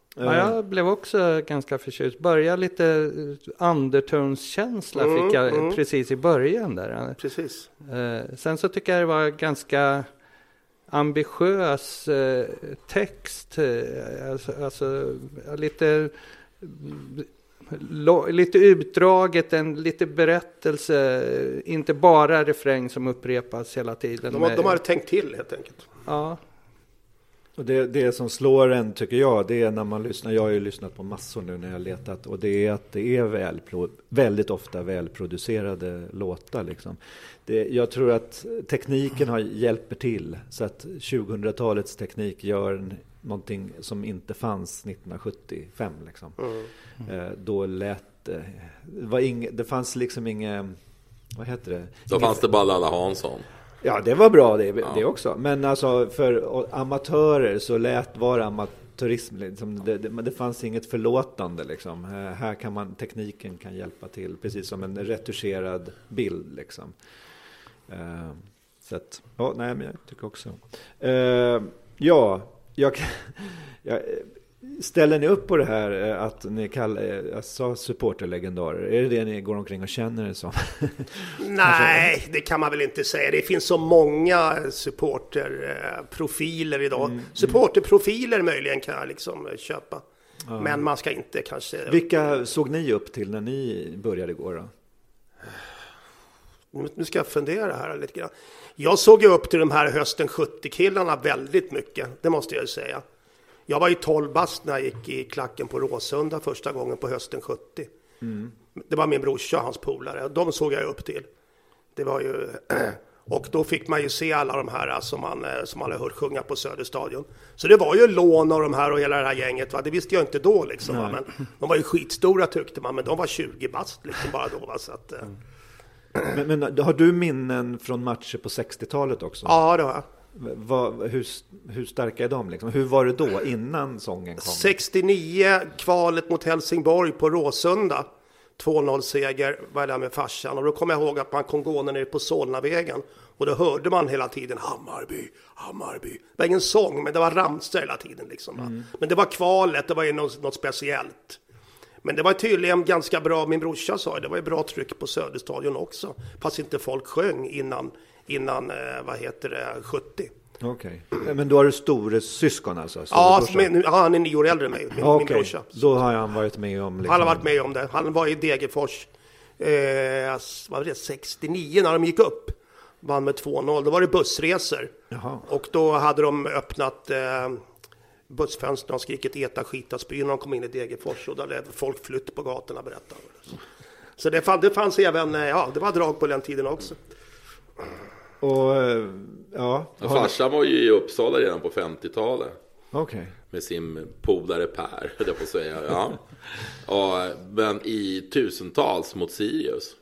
Ja, jag blev också ganska förtjust. Börja lite undertones-känsla fick jag precis i början där. Precis. Sen så tycker jag det var ganska ambitiös text. Alltså lite utdraget, lite berättelse, inte bara refräng som upprepas hela tiden. De har tänkt till helt enkelt. Ja. Och det som slår en tycker jag, det är när man lyssnar, jag har ju lyssnat på massor nu när jag har letat, och det är att det är väldigt ofta välproducerade låtar liksom. Jag tror att tekniken hjälper till, så att 2000-talets teknik gör någonting som inte fanns 1975 liksom. Då lät det fanns liksom inget, vad heter det? Då fanns det bara Lalla Hansson. Ja, det var bra det också. Men alltså för amatörer så var amatörism liksom, det fanns inget förlåtande liksom. Här kan tekniken kan hjälpa till, precis som en retuscherad bild liksom. Så att, men jag tycker också. Ställer ni upp på det här att ni jag sa supporterlegendarer? Är det ni går omkring och känner det som? Nej, det kan man väl inte säga. Det finns så många supporterprofiler idag. Supporterprofiler möjligen kan jag liksom köpa. Ja. Men man ska inte kanske... Vilka såg ni upp till när ni började gå då? Nu ska jag fundera här lite grann. Jag såg ju upp till de här hösten 70-killarna väldigt mycket. Det måste jag ju säga. Jag var ju 12 bast när jag gick i klacken på Råsunda första gången på hösten 70. Det var min brorsa och hans polare. De såg jag upp till. Det var ju... Och då fick man ju se alla de här som man hade hört sjunga på Söderstadion. Så det var ju lån av de här och hela det här gänget. Va? Det visste jag inte då liksom. Men de var ju skitstora tyckte man. Men de var 20 bast liksom bara då. Va? Så att, men har du minnen från matcher på 60-talet också? Ja, det har jag. Hur starka är de liksom? Hur var det då innan sången kom? 69 kvalet mot Helsingborg på Råsunda. 2-0 seger var där med farsan. Och då kommer jag ihåg att man kom gående ner på Solnavägen. Och då hörde man hela tiden Hammarby, Hammarby. Det var ingen sång, men det var ramsor hela tiden liksom. Men det var kvalet, det var ju något speciellt. Men det var tydligen ganska bra, min brorsa sa det var ju bra tryck på Söderstadion också. Fast inte folk sjöng innan 70. Okej. Men då har du stora syskon alltså? Ja, han är 9 år äldre än mig, min brorsa. Då har han varit med om... Liksom... Han har varit med om det. Han var i Degerfors 69 när de gick upp. Vann med 2-0. Då var det bussresor. Jaha. Och då hade de öppnat bussfönstren och skrikit Eta skita spy när de kom in i Degerfors. Och då hade folk flytt på gatorna, berättade. Så det fanns även, det var drag på den tiden också. Och farsan var ju i Uppsala redan på 50-talet. Okej. Med sin polare Per, höll jag på att säga. Ja. Men i tusentals mot Sirius.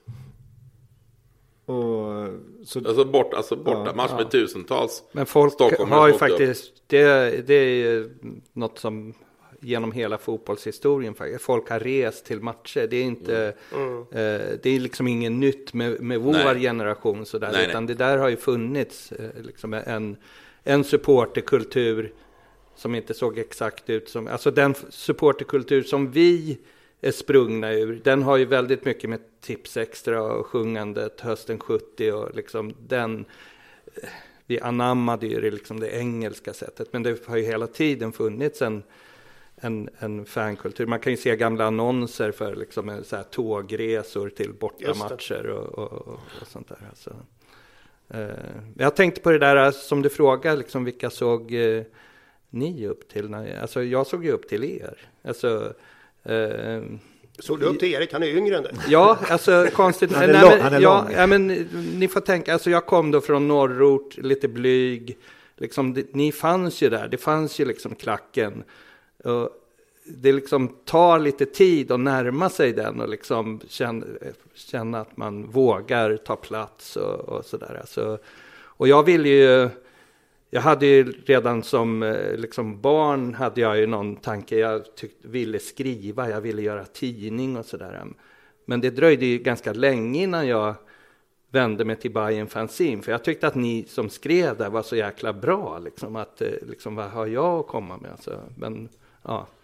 Borta match med tusentals. Men folk Stockholm har ju faktiskt det är ju något som genom hela fotbollshistorien folk har rest till matcher. Det är inte det är liksom ingen nytt med vår generation sådär, utan det där har ju funnits liksom en supporterkultur som inte såg exakt ut som, alltså den supporterkultur som vi är sprungna ur, den har ju väldigt mycket med Tips Extra och sjungandet hösten 70 och liksom vi anammade ju det, liksom det engelska sättet, men det har ju hela tiden funnits en fankultur. Man kan ju se gamla annonser för liksom så här tågresor till bortamatcher och sånt där. Alltså. Jag tänkte på det där som du frågar, liksom, vilka såg ni upp till? Alltså jag såg ju upp till er. Alltså, såg du upp till Erik? Han är yngre än dig. Ja, alltså konstigt. Han är lång. Men ni får tänka, alltså jag kom då från norrort, lite blyg. Liksom, ni fanns ju där. Det fanns ju liksom klacken. Och det liksom tar lite tid att närma sig den och liksom känna att man vågar ta plats och sådär. Alltså, och jag hade ju redan som liksom barn hade jag ju någon tanke, jag ville skriva, jag ville göra tidning och sådär. Men det dröjde ju ganska länge innan jag vände mig till Bayern Fanzine, för jag tyckte att ni som skrev där var så jäkla bra liksom, att liksom, vad har jag att komma med alltså, men ja.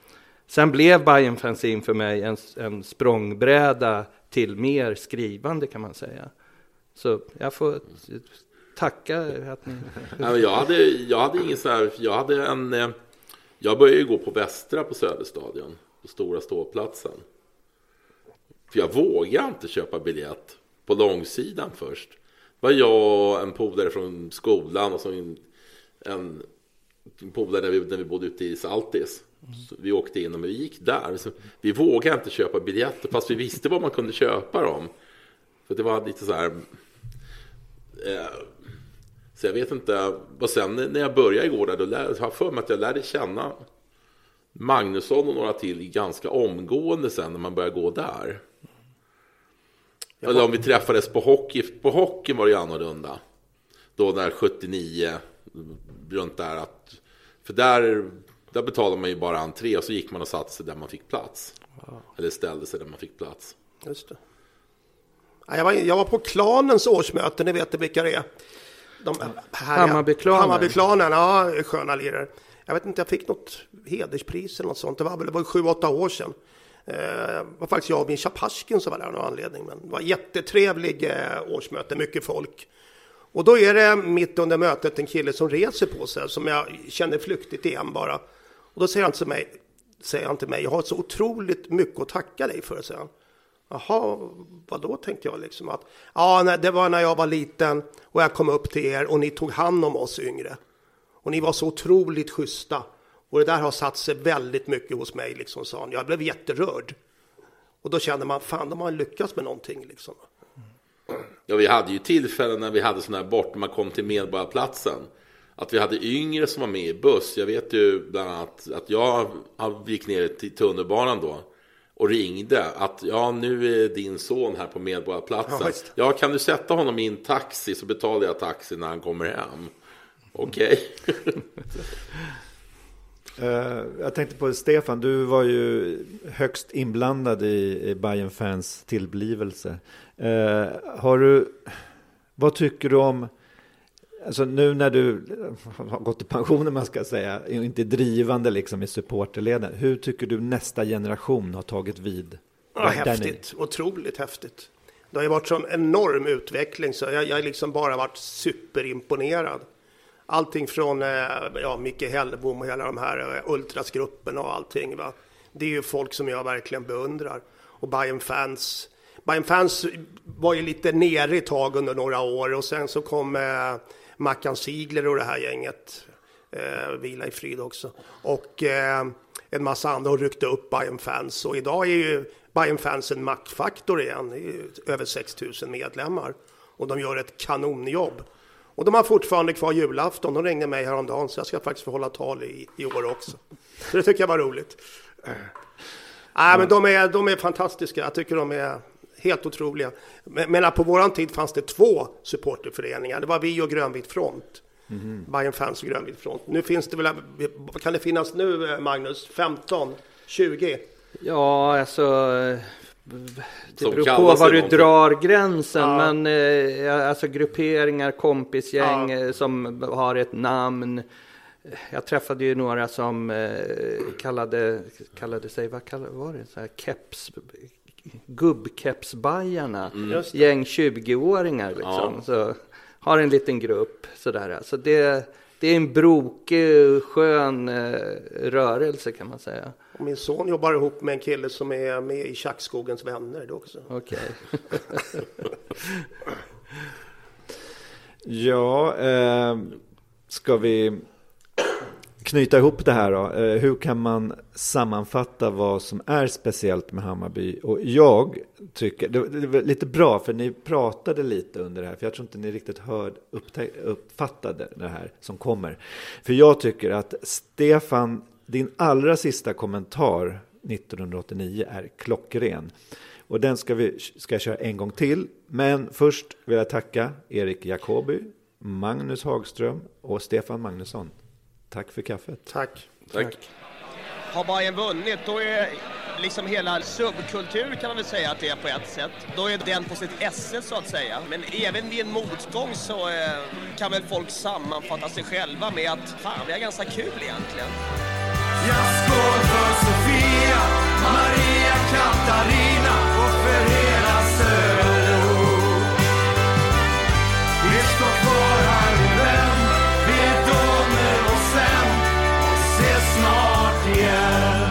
Sen blev Bajenfanzine för mig en språngbräda till mer skrivande, kan man säga. Så jag får tacka att ni... Jag hade ingen så här, jag började ju gå på Västra på Söderstadion, på stora ståplatsen. För jag vågade inte köpa biljett på långsidan först. Det var jag och en polare från skolan och så en polare när vi bodde ute i Saltis. Så vi åkte in och vi gick där. Så vi vågade inte köpa biljetter fast vi visste vad man kunde köpa dem. För det var lite så här... Så jag vet inte. Och sen när jag började igår där, då har jag för mig att jag lärde känna Magnusson och några till ganska omgående sen när man började gå där. Eller om vi träffades på hockey. På hockey var det ju annorlunda. Då när 79 runt där att... För där betalade man ju bara entré och så gick man och satte sig där man fick plats. Wow. Eller ställde sig där man fick plats. Just det. Jag var på klanens årsmöte, ni vet vilka det är. Hammarbyklanen, ja, sköna lirare. Jag vet inte, jag fick något hederspris eller något sånt. Det var 7-8 år sedan. Det var faktiskt jag och min Chapashkin som var där av någon anledning. Men det var jättetrevlig årsmöte, mycket folk. Och då är det mitt under mötet en kille som reser på sig som jag känner flyktigt igen bara. Och då säger han till mig, jag har så otroligt mycket att tacka dig för, säger han. Jaha, vadå, tänkte jag liksom att det var när jag var liten och jag kom upp till er och ni tog hand om oss yngre. Och ni var så otroligt schyssta. Och det där har satt sig väldigt mycket hos mig liksom, sa han. Jag blev jätterörd. Och då kände man, fan, de har lyckats med någonting liksom. Ja, vi hade ju tillfällen när vi hade sån här bort när man kom till Medborgarplatsen. Att vi hade yngre som var med i buss. Jag vet ju bland annat att jag gick ner till tunnelbanan då. Och ringde att nu är din son här på Medborgarplatsen. Ja, kan du sätta honom i en taxi så betalar jag taxi när han kommer hem. Okej. Jag tänkte på Stefan, du var ju högst inblandad i Bajenfans tillblivelse. Vad tycker du om, alltså nu när du har gått i pensionen, man ska säga, inte drivande liksom i supporterleden, hur tycker du nästa generation har tagit vid? Häftigt, otroligt häftigt. Det har ju varit sån enorm utveckling så jag har liksom bara varit superimponerad. Allting från Micke Hellbom och hela de här ultrasgruppen och allting. Va? Det är ju folk som jag verkligen beundrar. Och Bajenfans var ju lite nere i tag under några år. Och sen så kom Mackan Sigler och det här gänget. Vila i frid också. Och en massa andra har ryckt upp Bajenfans. Och idag är ju Bajenfans en maktfaktor igen. Det är ju över 6 000 medlemmar. Och de gör ett kanonjobb. Och de har fortfarande kvar julafton. De ringde mig häromdagen så jag ska faktiskt få hålla tal i år också. Så det tycker jag var roligt. Men de är fantastiska. Jag tycker de är helt otroliga. Men på våran tid fanns det 2 supporterföreningar. Det var vi och Grönvit Front. Bajenfans och Grönvit Front. Nu finns det väl, vad kan det finnas nu, Magnus? 15, 20? Ja, alltså... Det beror på var du drar gränsen, men alltså grupperingar, kompisgäng som har ett namn. Jag träffade ju några som kallade sig, vad var det? Så här gubbkepsbajarna, gäng 20-åringar liksom. Så har en liten grupp sådär. Så det är en brokig, skön rörelse kan man säga. Och min son jobbar ihop med en kille som är med i Tjackskogens vänner då också. Okej. Ska vi knyta ihop det här då? Hur kan man sammanfatta vad som är speciellt med Hammarby? Och jag tycker, det var lite bra för ni pratade lite under det här, för jag tror inte ni riktigt uppfattade det här som kommer. För jag tycker att Stefan, din allra sista kommentar 1989 är klockren. Och den ska jag köra en gång till. Men först vill jag tacka Erik Jacobi, Magnus Hagström och Stefan Magnusson. Tack för kaffet. Tack. Har Bayern vunnit, då är liksom hela subkultur kan man väl säga att det är på ett sätt. Då är den på sitt esse så att säga. Men även vid en motgång så kan väl folk sammanfatta sig själva med att fan, vi har ganska kul egentligen. Jag skål för Sofia. Katarina och för hela Söderort. Vi står kvar här min vän, vi är doner och sen och ses snart igen.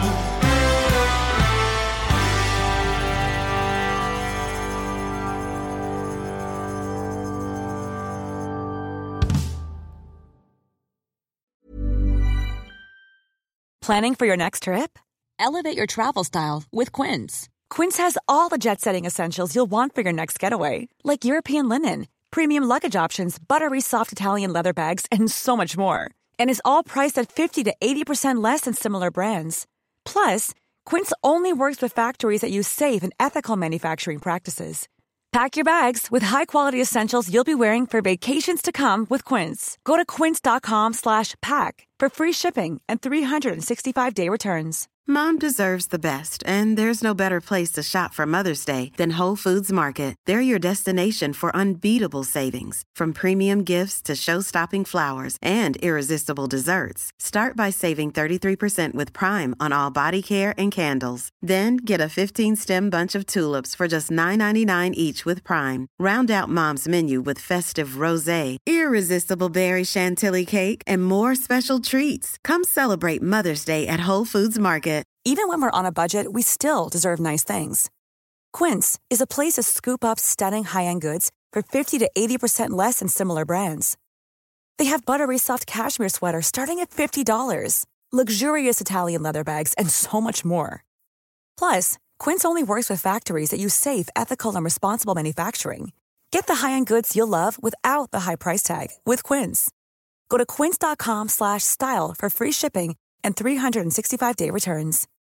Planning for your next trip? Elevate your travel style with Quince. Quince has all the jet-setting essentials you'll want for your next getaway, like European linen, premium luggage options, buttery soft Italian leather bags, and so much more. And is all priced at 50 to 80% less than similar brands. Plus, Quince only works with factories that use safe and ethical manufacturing practices. Pack your bags with high-quality essentials you'll be wearing for vacations to come with Quince. Go to quince.com/pack for free shipping and 365-day returns. Mom deserves the best, and there's no better place to shop for Mother's Day than Whole Foods Market. They're your destination for unbeatable savings, from premium gifts to show-stopping flowers and irresistible desserts. Start by saving 33% with Prime on all body care and candles. Then get a 15-stem bunch of tulips for just $9.99 each with Prime. Round out Mom's menu with festive rosé, irresistible berry chantilly cake, and more special treats. Come celebrate Mother's Day at Whole Foods Market. Even when we're on a budget, we still deserve nice things. Quince is a place to scoop up stunning high-end goods for 50 to 80% less than similar brands. They have buttery soft cashmere sweaters starting at $50, luxurious Italian leather bags, and so much more. Plus, Quince only works with factories that use safe, ethical, and responsible manufacturing. Get the high-end goods you'll love without the high price tag with Quince. Go to quince.com/style for free shipping and 365-day returns.